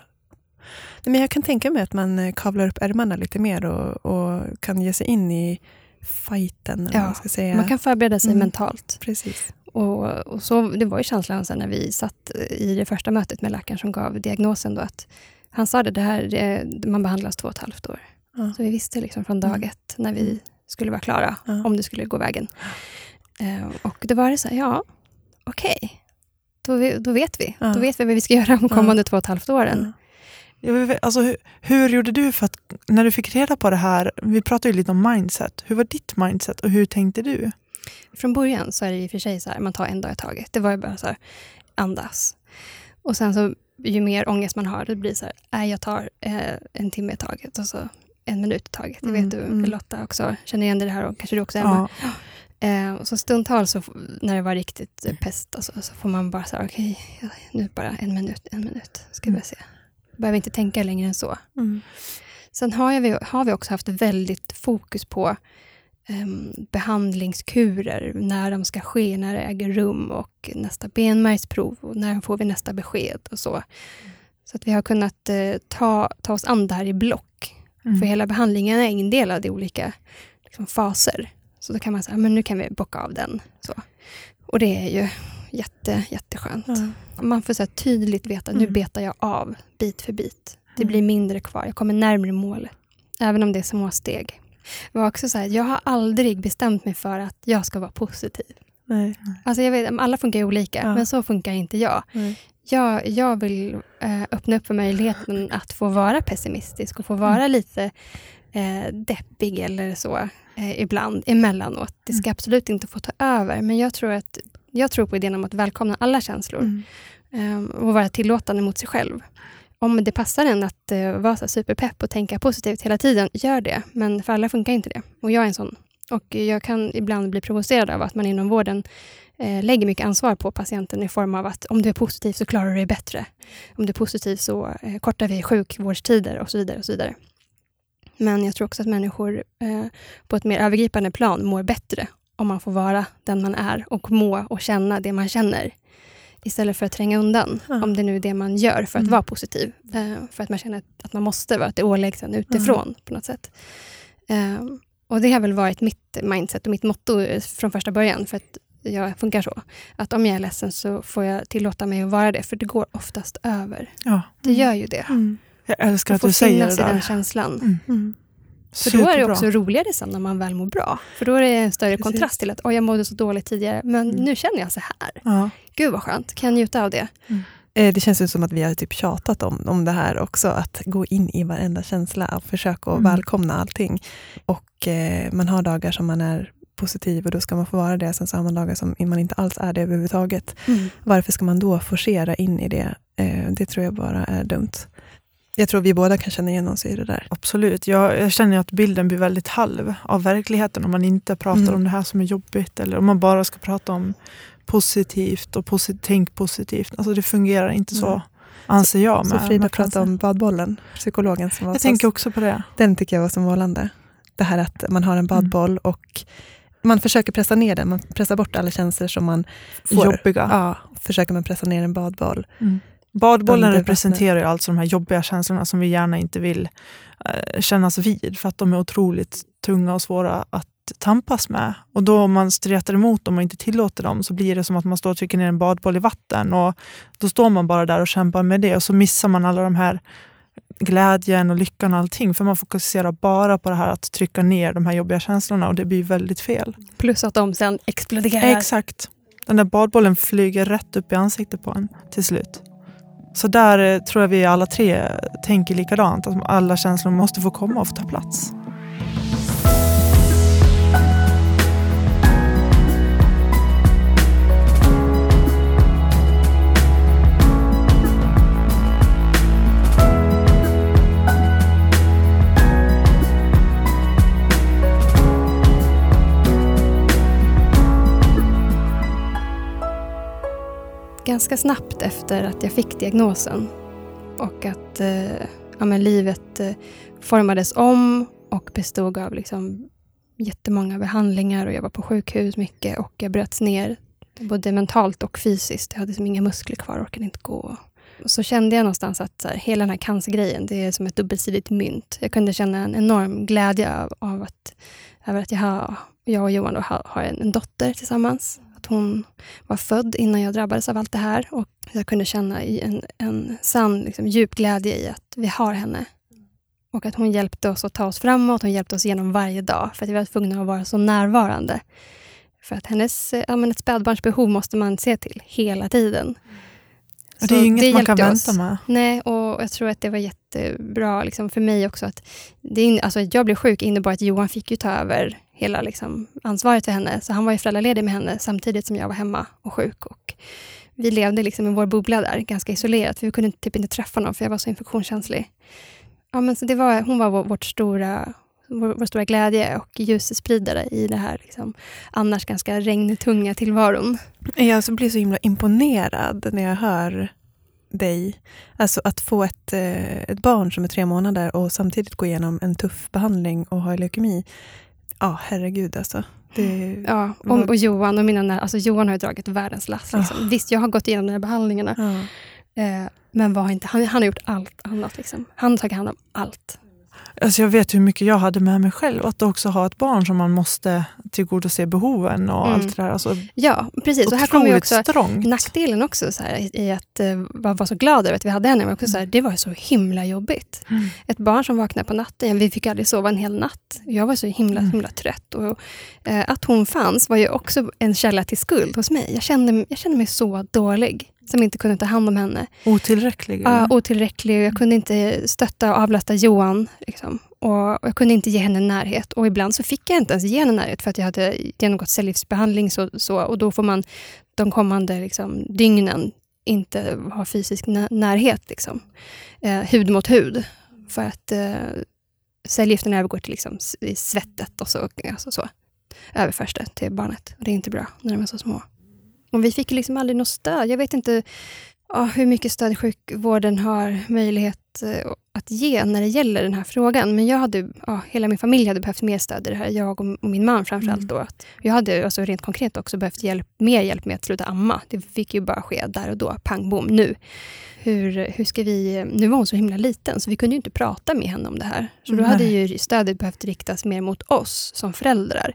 Men jag kan tänka mig att man kavlar upp ärmarna lite mer och, och kan ge sig in i fighten. Ja, man, ska säga. Man kan förbereda sig mm. mentalt. Precis. Och, och så, det var ju känslan sen när vi satt i det första mötet med läkaren som gav diagnosen då att han sa det, det här, det, man behandlas två och ett halvt år. Ja. Så vi visste liksom från dag mm. ett när vi skulle vara klara, ja. om det skulle gå vägen. Eh, och det var det så här, ja, okej. Okay. Då, då vet vi. Ja. Då vet vi vad vi ska göra de kommande ja. två och ett halvt åren. Ja. Jag vet, alltså, hur, hur gjorde du för att, när du fick reda på det här, vi pratade ju lite om mindset. Hur var ditt mindset och hur tänkte du? Från början så är det i och för sig så här, man tar en dag i taget. Det var ju bara så här, andas. Och sen så, ju mer ångest man har, det blir så här, äh, jag tar eh, en timme i taget och så en minut i taget. Det mm, vet du, mm. Lotta också känner igen det här och kanske du också, Emma. Ja. Eh, och så stundtals så, när det var riktigt eh, pest alltså, så får man bara så här, okej, okay, nu bara en minut, en minut, ska mm. vi se. Behöver inte tänka längre än så. Mm. Sen har vi, har vi också haft väldigt fokus på Um, behandlingskurer, när de ska ske, när det äger rum och nästa benmärgsprov och när får vi nästa besked och så. Mm. Så att vi har kunnat uh, ta, ta oss an det här i block. Mm. För hela behandlingen är indelad i olika liksom, faser. Så då kan man säga, men nu kan vi bocka av den. Så. Och det är ju jätte, jätteskönt. Mm. Man får så här, tydligt veta, nu betar jag av bit för bit. Det blir mindre kvar, jag kommer närmare målet. Även om det är små steg. Det var också så här, jag har aldrig bestämt mig för att jag ska vara positiv. Nej. Alltså jag vet, alla funkar ju olika, ja. Men så funkar inte jag. Nej. Jag, jag vill eh, öppna upp för möjligheten att få vara pessimistisk och få vara mm. lite eh, deppig eller så eh, ibland, emellanåt. Det ska mm. absolut inte få ta över, men jag tror, att, jag tror på idén om att välkomna alla känslor mm. eh, och vara tillåtande mot sig själv. Om det passar en att uh, vara så superpepp och tänka positivt hela tiden, gör det. Men för alla funkar inte det. Och jag är en sån. Och jag kan ibland bli provocerad av att man inom vården eh, lägger mycket ansvar på patienten i form av att om du är positiv så klarar du dig bättre. Om du är positiv så eh, kortar vi sjukvårdstider och så vidare och så vidare. Men jag tror också att människor eh, på ett mer övergripande plan mår bättre om man får vara den man är och må och känna det man känner. Istället för att tränga undan, ja. Om det nu är det man gör för att mm. vara positiv. Eh, för att man känner att, att man måste vara, att det är ålägsen utifrån mm. på något sätt. Eh, och det har väl varit mitt mindset och mitt motto från första början. För att jag funkar så. Att om jag är ledsen så får jag tillåta mig att vara det. För det går oftast över. Ja. Det gör ju det. Mm. Jag älskar att du säger det där. I den känslan. Mm. Mm. För då är det också roligare sen när man väl mår bra. För då är det en större Precis. kontrast till att oh, jag mådde så dåligt tidigare. Men mm. nu känner jag så här. Ja. Gud vad skönt. Kan jag njuta av det? Mm. Eh, det känns ju som att vi har typ tjatat om, om det här också. Att gå in i varenda känsla och försöka mm. välkomna allting. Och eh, man har dagar som man är positiv och då ska man få vara det. Sen så har man dagar som man inte alls är det överhuvudtaget. Mm. Varför ska man då forcera in i det? Eh, det tror jag bara är dumt. Jag tror vi båda kan känna igen oss i det där. Absolut. Jag, jag känner att bilden blir väldigt halv av verkligheten om man inte pratar mm. om det här som är jobbigt. Eller om man bara ska prata om positivt och posit- tänk positivt. Alltså det fungerar inte så, mm. anser jag. Med, så Frida pratade om badbollen, psykologen som var Jag så, tänker också på det. Den tycker jag var så målande. Det här att man har en badboll mm. och man försöker pressa ner den. Man pressar bort alla känslor som man får. Jobbiga. Ja, försöker man pressa ner en badboll. Mm. Badbollen representerar ju alltså de här jobbiga känslorna som vi gärna inte vill eh, kännas vid för att de är otroligt tunga och svåra att tampas med. Och då om man stretar emot dem och inte tillåter dem så blir det som att man står och trycker ner en badboll i vatten och då står man bara där och kämpar med det och så missar man alla de här glädjen och lyckan och allting för man fokuserar bara på det här att trycka ner de här jobbiga känslorna och det blir väldigt fel. Plus att de sen exploderar. Exakt. Den där badbollen flyger rätt upp i ansiktet på en till slut. Så där tror jag vi alla tre tänker likadant. Att alla känslor måste få komma och få ta plats. Ganska snabbt efter att jag fick diagnosen och att eh, ja, men livet eh, formades om och bestod av liksom jättemånga behandlingar och jag var på sjukhus mycket och jag bröts ner både mentalt och fysiskt. Jag hade liksom inga muskler kvar, orkade inte gå. Så kände jag någonstans att så här, hela den här cancergrejen, det är som ett dubbelsidigt mynt. Jag kunde känna en enorm glädje av, av att, över att jag, har, jag och Johan då har, har en, en dotter tillsammans. Att hon var född innan jag drabbades av allt det här. Och jag kunde känna en, en sann liksom, djup glädje i att vi har henne. Och att hon hjälpte oss att ta oss framåt. Hon hjälpte oss igenom varje dag. För att vi var tvungna att vara så närvarande. För att hennes ja, men ett spädbarns behov måste man se till hela tiden. Och det är ju inget det man kan vänta med. Nej, och jag tror att det var jättebra liksom, för mig också. Att det in, alltså, att jag blev sjuk innebar att Johan fick ju ta över hela liksom, ansvaret för henne. Så han var ju föräldraledig med henne samtidigt som jag var hemma och sjuk. Och vi levde liksom i vår bubbla där, ganska isolerat. För vi kunde typ inte träffa någon för jag var så infektionskänslig. Ja, men så det var, hon var vår, vårt stora, vår, vår stora glädje och ljusspridare i det här liksom, annars ganska regntunga tillvaron. Jag blir så himla imponerad när jag hör dig. Alltså att få ett, ett barn som är tre månader och samtidigt gå igenom en tuff behandling och ha leukemi. Ja, herregud alltså. Det ja, och, var... och Johan och mina nära, alltså Johan har ju dragit världens lass. Liksom. Oh. Visst, jag har gått igenom de här behandlingarna. Oh. Eh, men var inte, han, han har gjort allt annat. Liksom. Han har tagit hand om allt. Alltså jag vet hur mycket jag hade med mig själv. Att också ha ett barn som man måste tillgodose behoven och mm. allt det där. Alltså, ja, precis. Och här kommer ju också strångt. nackdelen också så här, i att uh, vara så glad över att vi hade henne. Men också så här, det var så himla jobbigt. Mm. Ett barn som vaknade på natten, vi fick aldrig sova en hel natt. Jag var så himla, himla trött. Och, uh, att hon fanns var ju också en källa till skuld hos mig. Jag kände, jag kände mig så dålig. Som inte kunde ta hand om henne. Otillräcklig? Ja, uh, otillräcklig. Jag kunde inte stötta och avlasta Johan. Liksom. Och jag kunde inte ge henne närhet. Och ibland så fick jag inte ens ge henne närhet. För att jag hade genomgått cellgiftsbehandling. Så, så, och då får man de kommande liksom, dygnen inte ha fysisk närhet. Liksom. Eh, hud mot hud. För att eh, cellgifterna övergår till liksom, i svettet. Och så, alltså, så överförs det till barnet. Och det är inte bra när de är så små. Och vi fick liksom aldrig något stöd. Jag vet inte oh, hur mycket stöd sjukvården har möjlighet uh, att ge när det gäller den här frågan. Men jag hade, oh, hela min familj hade behövt mer stöd i det här. Jag och, och min man framförallt då. Att jag hade alltså, rent konkret också behövt hjälp, mer hjälp med att sluta amma. Det fick ju bara ske där och då. Pang, bom, nu. Hur, hur ska vi... Nu var hon så himla liten så vi kunde ju inte prata med henne om det här. Så då hade ju stödet behövt riktas mer mot oss som föräldrar.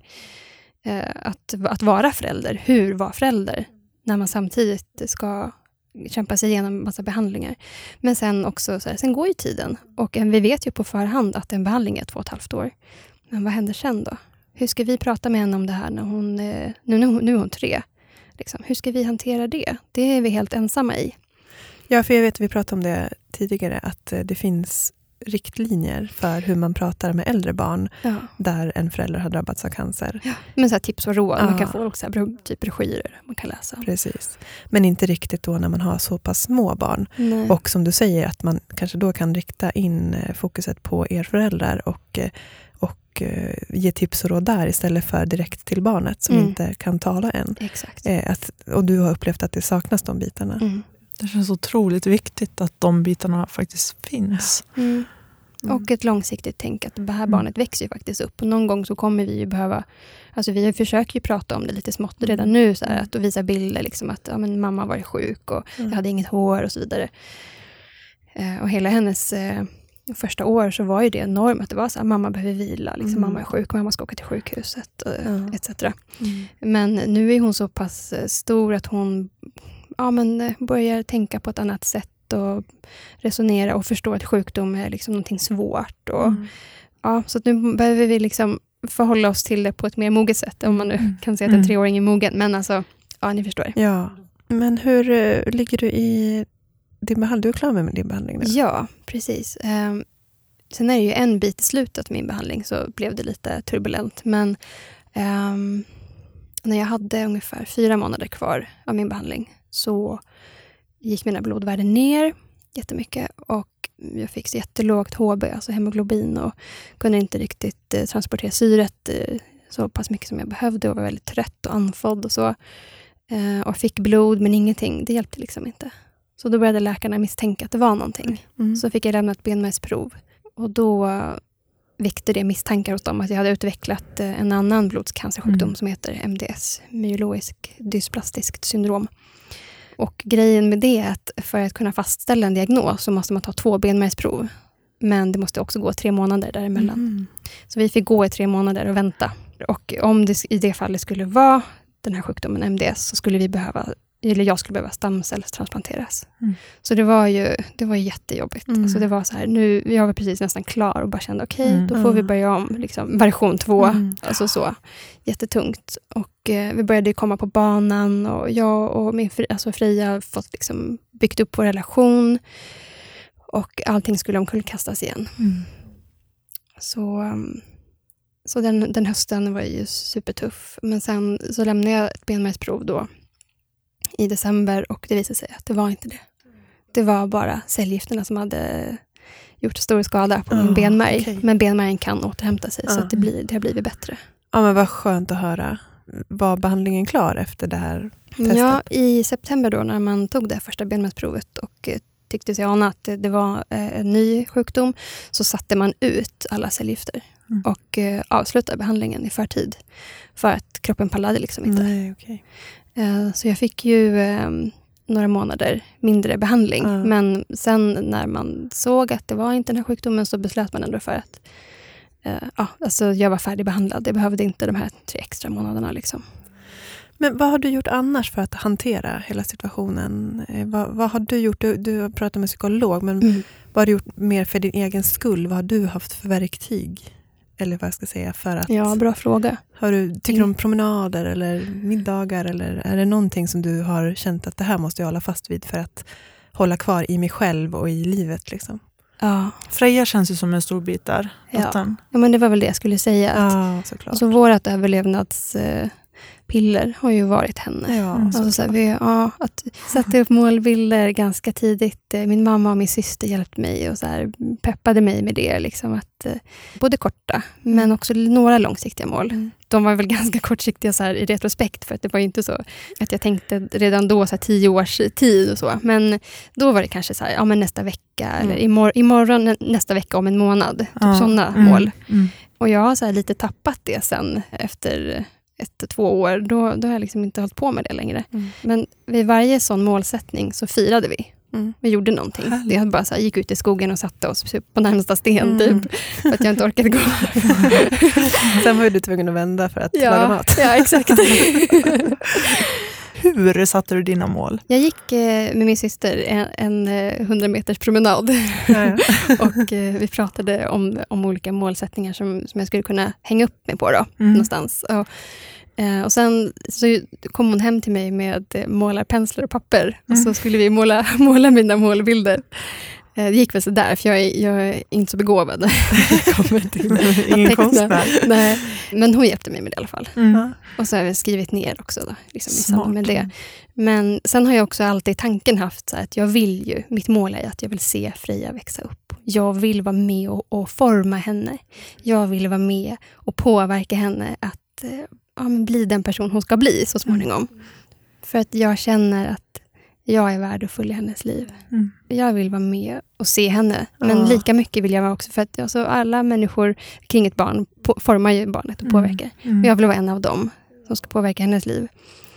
Att, att vara förälder. Hur vara förälder? När man samtidigt ska kämpa sig igenom massa behandlingar. Men sen också, så här, sen går ju tiden. Och vi vet ju på förhand att en behandling är två och ett halvt år. Men vad händer sen då? Hur ska vi prata med henne om det här när hon, nu, nu, nu är hon tre? Liksom, hur ska vi hantera det? Det är vi helt ensamma i. Ja, för jag vet att vi pratade om det tidigare. Att det finns riktlinjer för hur man pratar med äldre barn ja. Där en förälder har drabbats av cancer. Ja. Men så här tips och råd, ja. Man kan få också här, typ broschyrer man kan läsa. Precis. Men inte riktigt då när man har så pass små barn. Nej. Och som du säger att man kanske då kan rikta in fokuset på er föräldrar och, och ge tips och råd där istället för direkt till barnet som mm. inte kan tala än. Exakt. Att, och du har upplevt att det saknas de bitarna. Mm. Det känns otroligt viktigt att de bitarna faktiskt finns. Mm. Mm. Och ett långsiktigt tänk att det här barnet växer ju faktiskt upp. Och någon gång så kommer vi ju behöva... Alltså vi försöker ju prata om det lite smått redan nu. Så här, att visa bilder liksom att ja, men mamma var sjuk och mm. jag hade inget hår och så vidare. Eh, och hela hennes eh, första år så var ju det enormt. Att det var så här, mamma behöver vila. Liksom, mm. Mamma är sjuk och mamma ska åka till sjukhuset. Och, mm. et cetera. Mm. Men nu är hon så pass stor att hon ja, men, börjar tänka på ett annat sätt. Och resonera och förstå att sjukdom är liksom någonting svårt. Och, mm. ja, så att nu behöver vi liksom förhålla oss till det på ett mer moget sätt. Om man nu mm. kan säga att en treåring är mogen. Men alltså, ja ni förstår. Ja, men hur uh, ligger du i din behandling? Du är klar med din behandling nu? Ja, precis. Um, sen är det ju en bit i slutet av min behandling så blev det lite turbulent. Men um, när jag hade ungefär fyra månader kvar av min behandling så gick mina blodvärden ner jättemycket och jag fick så jättelågt H B, alltså hemoglobin och kunde inte riktigt eh, transportera syret eh, så pass mycket som jag behövde och var väldigt trött och andfådd och så. Eh, och fick blod men ingenting, det hjälpte liksom inte. Så då började läkarna misstänka att det var någonting. Mm. Så fick jag lämna ett benmärgsprov och då eh, väckte det misstankar hos dem att jag hade utvecklat eh, en annan blodscancersjukdom mm. som heter M D S, myeloisk dysplastiskt syndrom. Och grejen med det är att för att kunna fastställa en diagnos så måste man ta två benmärgsprov. Men det måste också gå tre månader däremellan. Mm. Så vi fick gå i tre månader och vänta. Och om det i det fallet skulle vara den här sjukdomen M D S så skulle vi behöva, eller jag skulle behöva stamcellstransplanteras. Mm. Så det var ju det var jättejobbigt. Mm. Alltså det var så här, nu, jag var precis nästan klar och bara kände okej, okay, mm. då får vi börja om. Liksom, version två. Mm. Alltså så. Jättetungt. Och eh, vi började komma på banan och jag och min alltså Freja har fått liksom byggt upp vår relation. Och allting skulle omkullkastas igen. Mm. Så, um, så den, den hösten var ju supertuff. Men sen så lämnade jag ett benmärgsprov då i december och det visade sig att det var inte det. Det var bara cellgifterna som hade gjort stor skada på min oh, benmärg. Okay. Men benmärgen kan återhämta sig uh. så att det, blir, det har blivit bättre. Ja, men vad skönt att höra. Var behandlingen klar efter det här testet? Ja, i september då när man tog det första benmärgsprovet och tyckte sig ana att det, det var eh, en ny sjukdom så satte man ut alla cellgifter mm. och eh, avslutade behandlingen i förtid. För att kroppen pallade liksom inte. Nej, okay. Så jag fick ju några månader mindre behandling. Mm. Men sen när man såg att det var inte den här sjukdomen så beslöt man ändå för att uh, ja, alltså jag var färdigbehandlad. Jag behövde inte de här tre extra månaderna liksom. Men vad har du gjort annars för att hantera hela situationen? Eh, vad, vad har du gjort? Du, du har pratat med psykolog, men mm. vad har du gjort mer för din egen skull? Vad har du haft för verktyg? Eller vad jag ska säga för att... Ja, bra fråga. Har du, tycker du om promenader eller middagar? Eller är det någonting som du har känt att det här måste jag hålla fast vid för att hålla kvar i mig själv och i livet liksom? Ja. Freja känns ju som en stor bit där. Ja. ja, men det var väl det jag skulle säga. Att, ja, såklart. Alltså vårat överlevnads... Eh, piller har ju varit henne. Ja, alltså, så här, vi, ja, att sätta upp målbilder ganska tidigt. Min mamma och min syster hjälpte mig och så här, peppade mig med det. Liksom, att, både korta, mm. men också några långsiktiga mål. Mm. De var väl ganska kortsiktiga så här, i retrospekt, för att det var inte så att jag tänkte redan då så här, tio års tid och så. Men då var det kanske så här, ja, men nästa vecka mm. eller imor- imorgon nästa vecka om en månad. Typ ja. sådana mm. mål. Mm. Och jag har så här, lite tappat det sen efter... ett, två år, då, då har jag liksom inte hållit på med det längre. Mm. Men vid varje sån målsättning så firade vi. Mm. Vi gjorde någonting. Härligt. Det bara så här, gick ut i skogen och satte oss på närmsta sten mm. typ, för att jag inte orkade gå. Sen var du tvungen att vända för att ja, laga mat. Ja, exakt. Hur satte du dina mål? Jag gick eh, med min syster en, en hundra meters promenad. Ja, ja. Och eh, vi pratade om, om olika målsättningar som, som jag skulle kunna hänga upp mig på då, mm. någonstans. Och, eh, och sen så kom hon hem till mig med målarpenslar och papper. Mm. Och så skulle vi måla, måla mina målbilder. Det gick väl så där, för jag är, jag är inte så begåvad när jag kommer till ingen konstnär. Nej, men hon hjälpte mig med det i alla fall. Mm. Och så har jag skrivit ner också då, liksom i samband med det. Men sen har jag också alltid tanken haft så här, att jag vill ju, mitt mål är att jag vill se Freja växa upp. Jag vill vara med och, och forma henne. Jag vill vara med och påverka henne att ja, men bli den person hon ska bli så småningom. Mm. För att jag känner att jag är värdefull i hennes liv. Mm. Jag vill vara med och se henne. Men ja. lika mycket vill jag vara också. För att alltså, alla människor kring ett barn på, formar ju barnet och påverkar. Mm. Och jag vill vara en av dem som ska påverka hennes liv.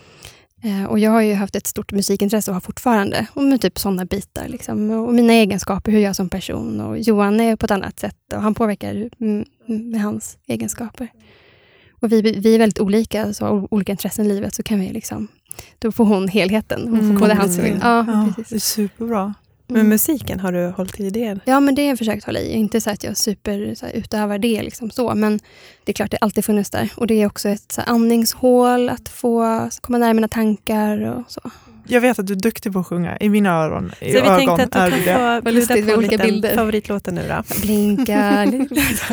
Eh, och jag har ju haft ett stort musikintresse och har fortfarande. Och med typ sådana bitar. Liksom. Och mina egenskaper, hur jag är som person. Och Johan är på ett annat sätt. Och han påverkar m- med hans egenskaper. Och vi, vi är väldigt olika. Så har olika intressen i livet, så kan vi liksom... Då får hon helheten. Hon får mm, både hans och min. Ja, ja, precis. Det är superbra. Mm. Men musiken, har du hållit i det? Ja, men det har jag försökt hålla i. Inte så att jag super så här, utövar det liksom så. Men det är klart, det alltid funnits där. Och det är också ett så här, andningshål. Att få komma nära mina tankar och så. Jag vet att du är duktig på att sjunga. I mina öron. I så vi ögon tänkte att du kan få bjuda på med olika bilder. Favoritlåten nu då? Blinka. Nej,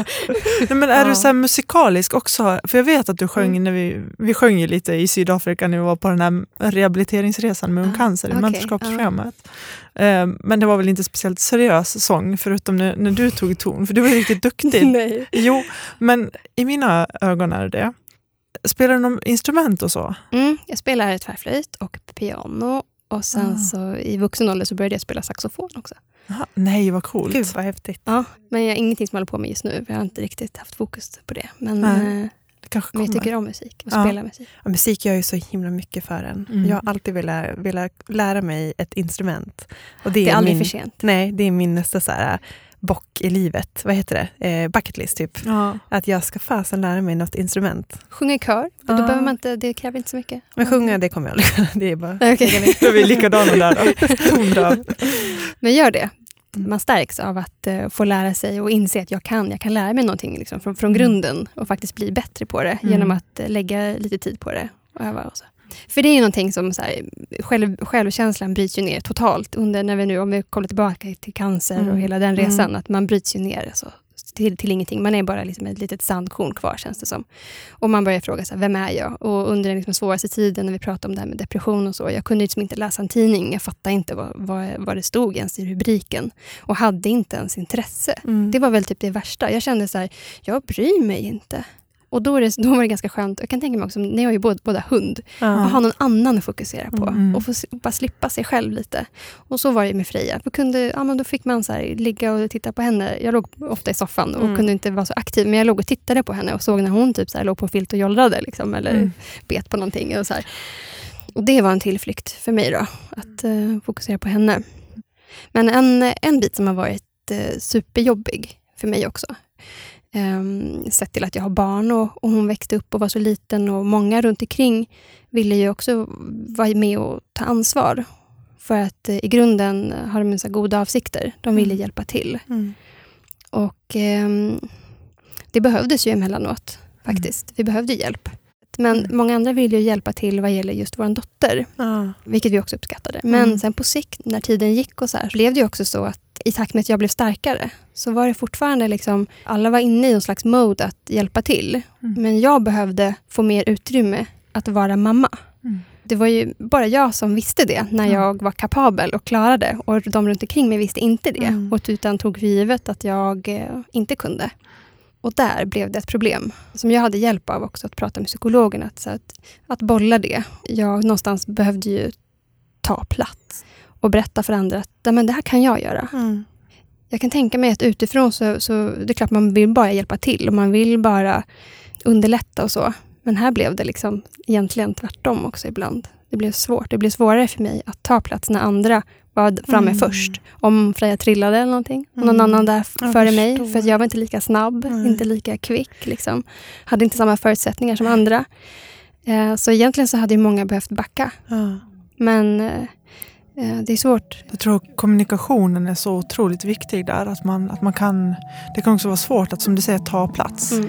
men är ja. du så här musikalisk också? För jag vet att du sjöng mm. när vi, vi sjöng ju lite i Sydafrika när vi var på den här rehabiliteringsresan med ungcancer, ah, i okay. mentorskapsprogrammet. Ah. Um, men det var väl inte speciellt seriös sång förutom när, när du tog ton. För du var ju riktigt duktig. Nej. Jo, men i mina ögon är det. Spelar du någon instrument och så? Mm, jag spelar tvärflöjt och piano. Och sen ah. så i vuxen ålder så började jag spela saxofon också. Aha, nej, vad coolt. Gud, vad häftigt. Ja, men jag har ingenting som jag håller på med just nu. Jag har inte riktigt haft fokus på det. Men, eh, det men jag tycker om musik och ja. spela musik. Ja, musik gör ju så himla mycket för en. Mm. Jag har alltid velat, velat lära mig ett instrument. Och det, det är, är aldrig min, för sent. Nej, det är min nästa så här... bock i livet, vad heter det? Eh, bucket list typ. Ja. Att jag ska fasen lära mig något instrument. Sjunga i kör, ja. då behöver man inte, det kräver inte så mycket. Men sjunga, det kommer jag aldrig. Det är bara... Okay. Då är vi likadana där då. Tondöv. Men gör det. Man stärks av att uh, få lära sig och inse att jag kan, jag kan lära mig någonting liksom, från, från grunden och faktiskt bli bättre på det mm. genom att uh, lägga lite tid på det och öva och så. För det är ju någonting som så här, själv, självkänslan bryts ju ner totalt under när vi nu, om vi kommer tillbaka till cancer mm. och hela den resan, mm. att man bryts ju ner alltså, till, till ingenting. Man är bara liksom ett litet sandkorn kvar, känns det som. Och man börjar fråga sig, vem är jag? Och under den liksom svåraste tiden när vi pratade om det här med depression och så, jag kunde liksom inte läsa en tidning, jag fattade inte vad, vad, vad det stod ens i rubriken. Och hade inte ens intresse. Mm. Det var väl typ det värsta. Jag kände så här, jag bryr mig inte. Och då, är det, då var det ganska skönt. Jag kan tänka mig också, ni har ju båda, båda hund. Mm. Och ha någon annan att fokusera på. Mm. Och få bara slippa sig själv lite. Och så var det med Freja. Då, kunde, ja, men då fick man så här, ligga och titta på henne. Jag låg ofta i soffan och mm. kunde inte vara så aktiv. Men jag låg och tittade på henne och såg när hon typ så här, låg på en filt och jollrade. Liksom, eller mm. bet på någonting. Och så här. och det var en tillflykt för mig då, att uh, fokusera på henne. Men en, en bit som har varit uh, superjobbig för mig också, um, sett till att jag har barn och, och hon växte upp och var så liten och många runt omkring ville ju också vara med och ta ansvar. För att uh, i grunden har de en så goda avsikter. De ville mm. hjälpa till. Mm. Och um, det behövdes ju emellanåt faktiskt. Mm. Vi behövde hjälp. Men mm. många andra ville ju hjälpa till vad gäller just vår dotter. Mm. Vilket vi också uppskattade. Men mm. sen på sikt, när tiden gick och så här, blev det ju också så att i takt med att jag blev starkare så var det fortfarande liksom, alla var inne i en slags mode att hjälpa till. Mm. Men jag behövde få mer utrymme att vara mamma. Mm. Det var ju bara jag som visste det när mm. jag var kapabel och klarade. Och de runt omkring mig visste inte det. Mm. Och utan tog för givet att jag eh, inte kunde. Och där blev det ett problem som jag hade hjälp av också att prata med psykologen. Att, så att, att bolla det. Jag någonstans behövde ju ta plats och berätta för andra att men det här kan jag göra. Mm. Jag kan tänka mig att utifrån så, så det är klart man vill bara hjälpa till och man vill bara underlätta och så. Men här blev det liksom egentligen tvärtom också ibland. Det blev svårt. Det blev svårare för mig att ta plats när andra var framme mm. först. Om Freja trillade eller någonting. Och någon mm. annan där jag före förstår. mig. För att jag var inte lika snabb. Mm. Inte lika kvick. Liksom. Hade inte samma förutsättningar som andra. Eh, så egentligen så hade ju många behövt backa. Mm. Men eh, det är svårt. Jag tror kommunikationen är så otroligt viktig där. Att man, att man kan... Det kan också vara svårt att, som du säger, ta plats. Mm.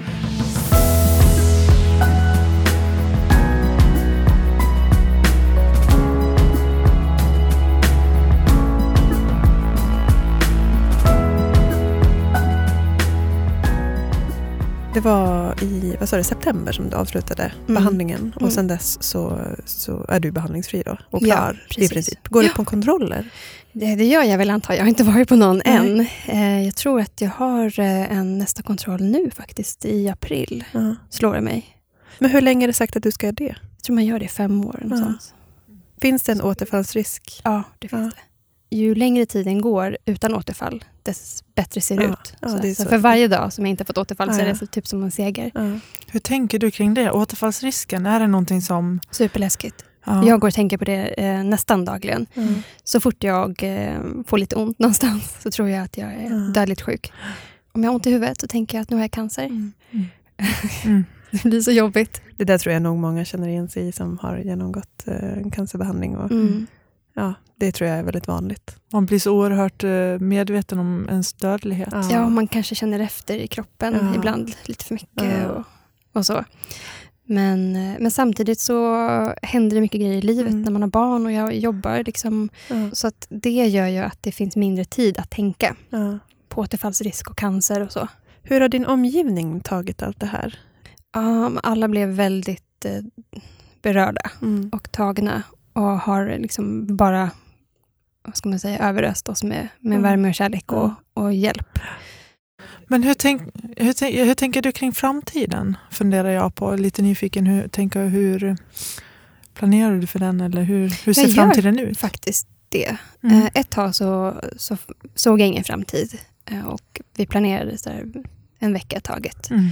Det var i vad sa du, september som du avslutade mm. behandlingen. Och mm. sen dess så, så är du behandlingsfri då. Och klar ja, i princip. Går ja. du på kontroller? Det, det gör jag väl antar. Jag har inte varit på någon mm. än. Eh, jag tror att jag har en nästa kontroll nu faktiskt. I april mm. slår det mig. Men hur länge är det sagt att du ska göra det? Jag tror man gör det i fem år. Mm. Finns det en återfallsrisk? Ja, det finns mm. det. Ju längre tiden går utan återfall, dess bättre ser det ja, ut. Ja, så, det så så. För varje dag som jag inte fått återfall ja, så är det så typ som en seger. Ja. Hur tänker du kring det? Återfallsrisken, är det någonting som... Superläskigt. Ja. Jag går och tänker på det eh, nästan dagligen. Mm. Så fort jag eh, får lite ont någonstans så tror jag att jag är mm. dödligt sjuk. Om jag har ont i huvudet så tänker jag att nu har jag cancer. Mm. Mm. Mm. Det blir så jobbigt. Det där tror jag nog många känner igen sig i som har genomgått eh, cancerbehandling och... Mm. Ja, det tror jag är väldigt vanligt. Man blir så oerhört medveten om ens dödlighet. Ja, ja man kanske känner efter i kroppen ja. ibland lite för mycket ja. och, och så. Men, men samtidigt så händer det mycket grejer i livet mm. när man har barn och jag jobbar. Liksom, ja. Så att det gör ju att det finns mindre tid att tänka ja. på återfallsrisk och cancer och så. Hur har din omgivning tagit allt det här? Ja, alla blev väldigt eh, berörda mm. och tagna. Och har liksom bara, vad ska man säga, överöst oss med, med mm. värme och kärlek och, och hjälp. Men hur, tänk, hur, tänk, hur tänker du kring framtiden? Funderar jag på, lite nyfiken. Hur, tänker, hur planerar du för den? Eller hur, hur ser jag framtiden ut? Faktiskt det. Mm. Ett tag så, så såg jag ingen framtid. Och vi planerade så här en vecka taget. Mm.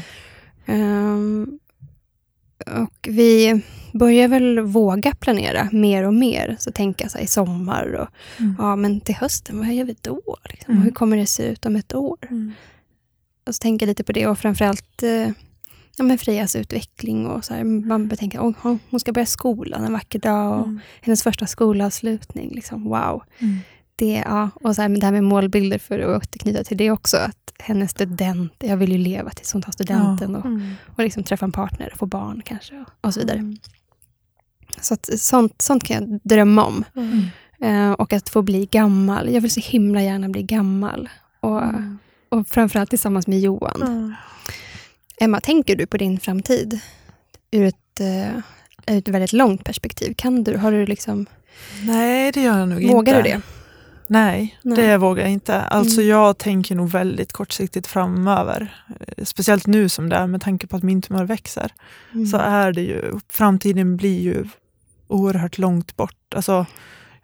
Um, Och vi börjar väl våga planera mer och mer. Så tänka så här, i sommar och mm. ja, men till hösten, vad gör vi då? Liksom? Mm. Hur kommer det se ut om ett år? Mm. Och så tänka lite på det och framförallt eh, ja, men Frejas utveckling. Och så här, man betänker, oh, hon ska börja skolan en vacker dag och mm. hennes första skolavslutning. Liksom, wow. Mm. Det, ja, och så här, det här med målbilder för att återknyta till det också. Att hennes student, jag vill ju leva tills hon tar studenten ja. och, mm. och liksom träffa en partner och få barn kanske och, och så vidare. Mm. Så att, sånt, sånt kan jag drömma om. Mm. Uh, och att få bli gammal. Jag vill så himla gärna bli gammal. Och, mm. och framförallt tillsammans med Johan. Mm. Emma, tänker du på din framtid ur ett, uh, ett väldigt långt perspektiv? Kan du, har du liksom... Nej, det gör jag nog Vågar inte. Vågar du det? Nej, Nej, det vågar jag inte. Alltså mm. jag tänker nog väldigt kortsiktigt framöver. Speciellt nu som det är, med tanke på att min tumör växer. Mm. Så är det ju, framtiden blir ju oerhört långt bort. Alltså,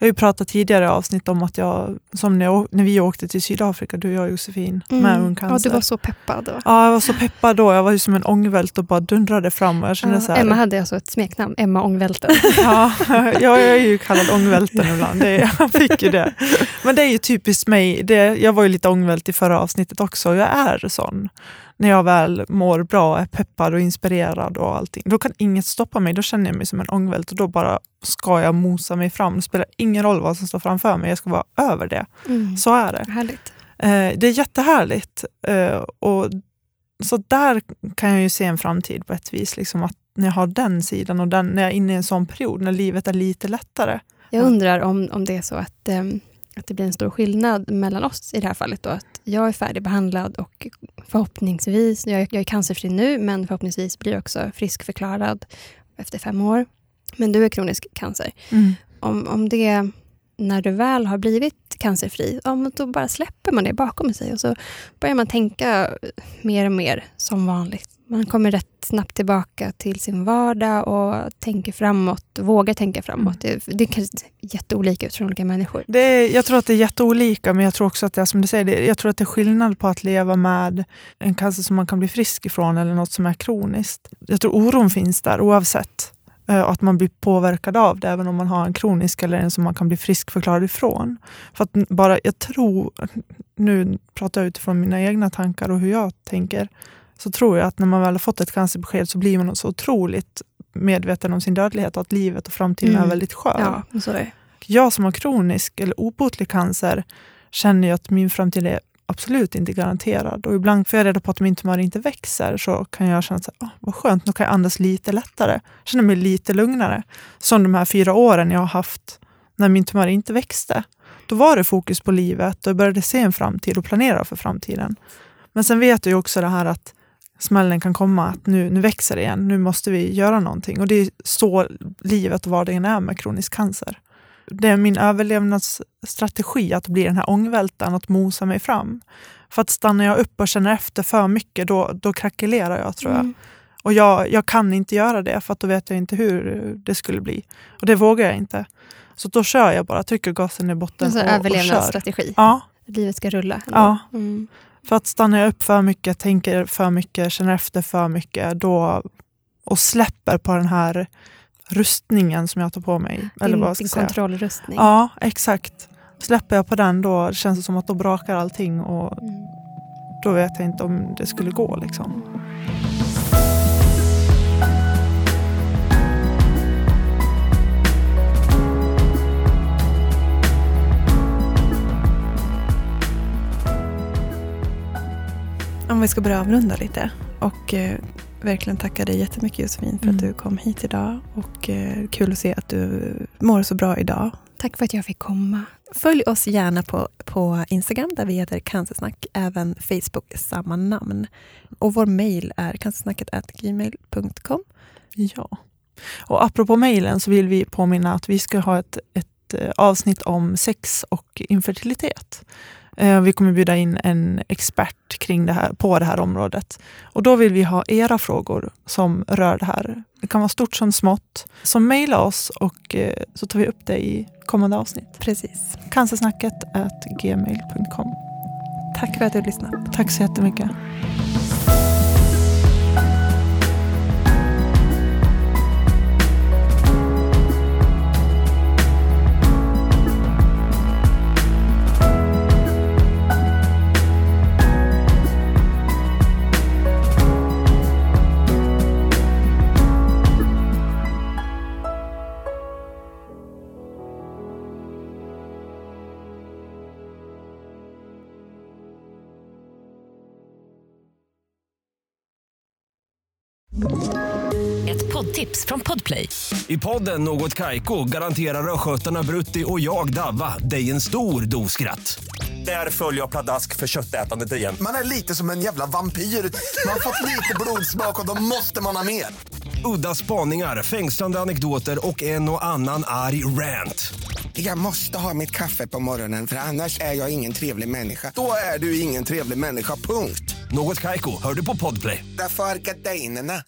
Jag har ju pratat tidigare avsnitt om att jag, som när, jag, när vi åkte till Sydafrika, du och jag Josefin, mm. med ungcancer. Ja, du var så peppad då. Ja, jag var så peppad då. Jag var ju som en ångvält och bara dundrade fram. Och jag kände ja, så här, Emma hade alltså ett smeknamn, Emma Ångvälten. Ja, jag är ju kallad ångvälten ibland. Det, jag fick ju det. Men det är ju typiskt mig. Det, jag var ju lite ångvält i förra avsnittet också. Jag är sån. När jag väl mår bra, är peppad och inspirerad och allting. Då kan inget stoppa mig. Då känner jag mig som en ångvält och då bara ska jag mosa mig fram. Det spelar ingen roll vad som står framför mig. Jag ska vara över det. Mm. Så är det. Härligt. Eh, det är jättehärligt. Eh, och så där kan jag ju se en framtid på ett vis. Liksom att när jag har den sidan och den, när jag är inne i en sån period, när livet är lite lättare. Jag undrar om, om det är så att... Eh, att det blir en stor skillnad mellan oss i det här fallet då, att jag är färdigbehandlad och förhoppningsvis, jag är, jag är cancerfri nu, men förhoppningsvis blir jag också friskförklarad efter fem år. Men du är kronisk cancer. Mm. Om, om det, när du väl har blivit cancerfri, ja, då bara släpper man det bakom sig och så börjar man tänka mer och mer som vanligt. Man kommer rätt snabbt tillbaka till sin vardag och tänker framåt, vågar tänka framåt. Mm. Det, det kan jätteolika ut från olika människor. Det är, jag tror att det är jätteolika, men jag tror också att det är som du säger, det, jag tror att det är skillnad på att leva med en cancer som man kan bli frisk ifrån eller något som är kroniskt. Jag tror oron finns där oavsett. Att man blir påverkad av det även om man har en kronisk eller en som man kan bli friskförklarad ifrån. För att bara, jag tror, nu pratar jag utifrån mina egna tankar och hur jag tänker, så tror jag att när man väl har fått ett cancerbesked så blir man så otroligt medveten om sin dödlighet och att livet och framtiden mm. är väldigt skör. Ja, så är det. Jag som har kronisk eller obotlig cancer känner ju att min framtid är absolut inte garanterad. Och ibland får jag reda på att min tumör inte växer så kan jag känna att oh, vad skönt, nu kan jag andas lite lättare. Jag känner mig lite lugnare. Som de här fyra åren jag har haft när min tumör inte växte. Då var det fokus på livet och jag började se en framtid och planera för framtiden. Men sen vet jag ju också det här att smällen kan komma, att nu, nu växer det igen. Nu måste vi göra någonting. Och det är så livet och vardagen är med kronisk cancer. Det är min överlevnadsstrategi att bli den här ångvältan, att mosa mig fram. För att stannar jag upp och känner efter för mycket, då, då krackelerar jag, tror jag. Mm. Och jag, jag kan inte göra det, för att då vet jag inte hur det skulle bli. Och det vågar jag inte. Så då kör jag bara, trycker gasen i botten och, och kör. Överlevnadsstrategi. Ja. Livet ska rulla. Ändå. Ja. Mm. För att stannar jag upp för mycket, tänker för mycket, känner efter för mycket, då, och släpper på den här rustningen som jag tar på mig. Din, eller vad ska din säga. kontrollrustning. Ja, exakt. Släpper jag på den, då känns det som att då brakar allting och mm. då vet jag inte om det skulle gå liksom. Om vi ska börja avrunda lite och eh, verkligen tacka dig jättemycket, Josefin, för mm. att du kom hit idag och eh, kul att se att du mår så bra idag. Tack för att jag fick komma. Följ oss gärna på, på Instagram där vi heter Cancersnack, även Facebook samma namn. Och vår mejl är cancersnacket at gmail punkt com. Ja, och apropå mejlen så vill vi påminna att vi ska ha ett, ett avsnitt om sex och infertilitet. Vi kommer bjuda in en expert kring det här, på det här området. Och då vill vi ha era frågor som rör det här. Det kan vara stort som smått. Så mejla oss och så tar vi upp det i kommande avsnitt. Precis. cancersnacket at gmail punkt com. Tack för att du lyssnat. Tack så jättemycket. Ett poddtips från Podplay. I podden Något Kaiko garanterar röskötarna Brutti och jag Davva dig en stor doskratt. Där följer jag pladask för köttätandet igen. Man är lite som en jävla vampyr. Man har fått lite blodsmak och då måste man ha mer. Udda spaningar, fängslande anekdoter och en och annan arg rant. Jag måste ha mitt kaffe på morgonen för annars är jag ingen trevlig människa. Då är du ingen trevlig människa, punkt. Något Kaiko, hör du på Podplay. Därför är gardinerna.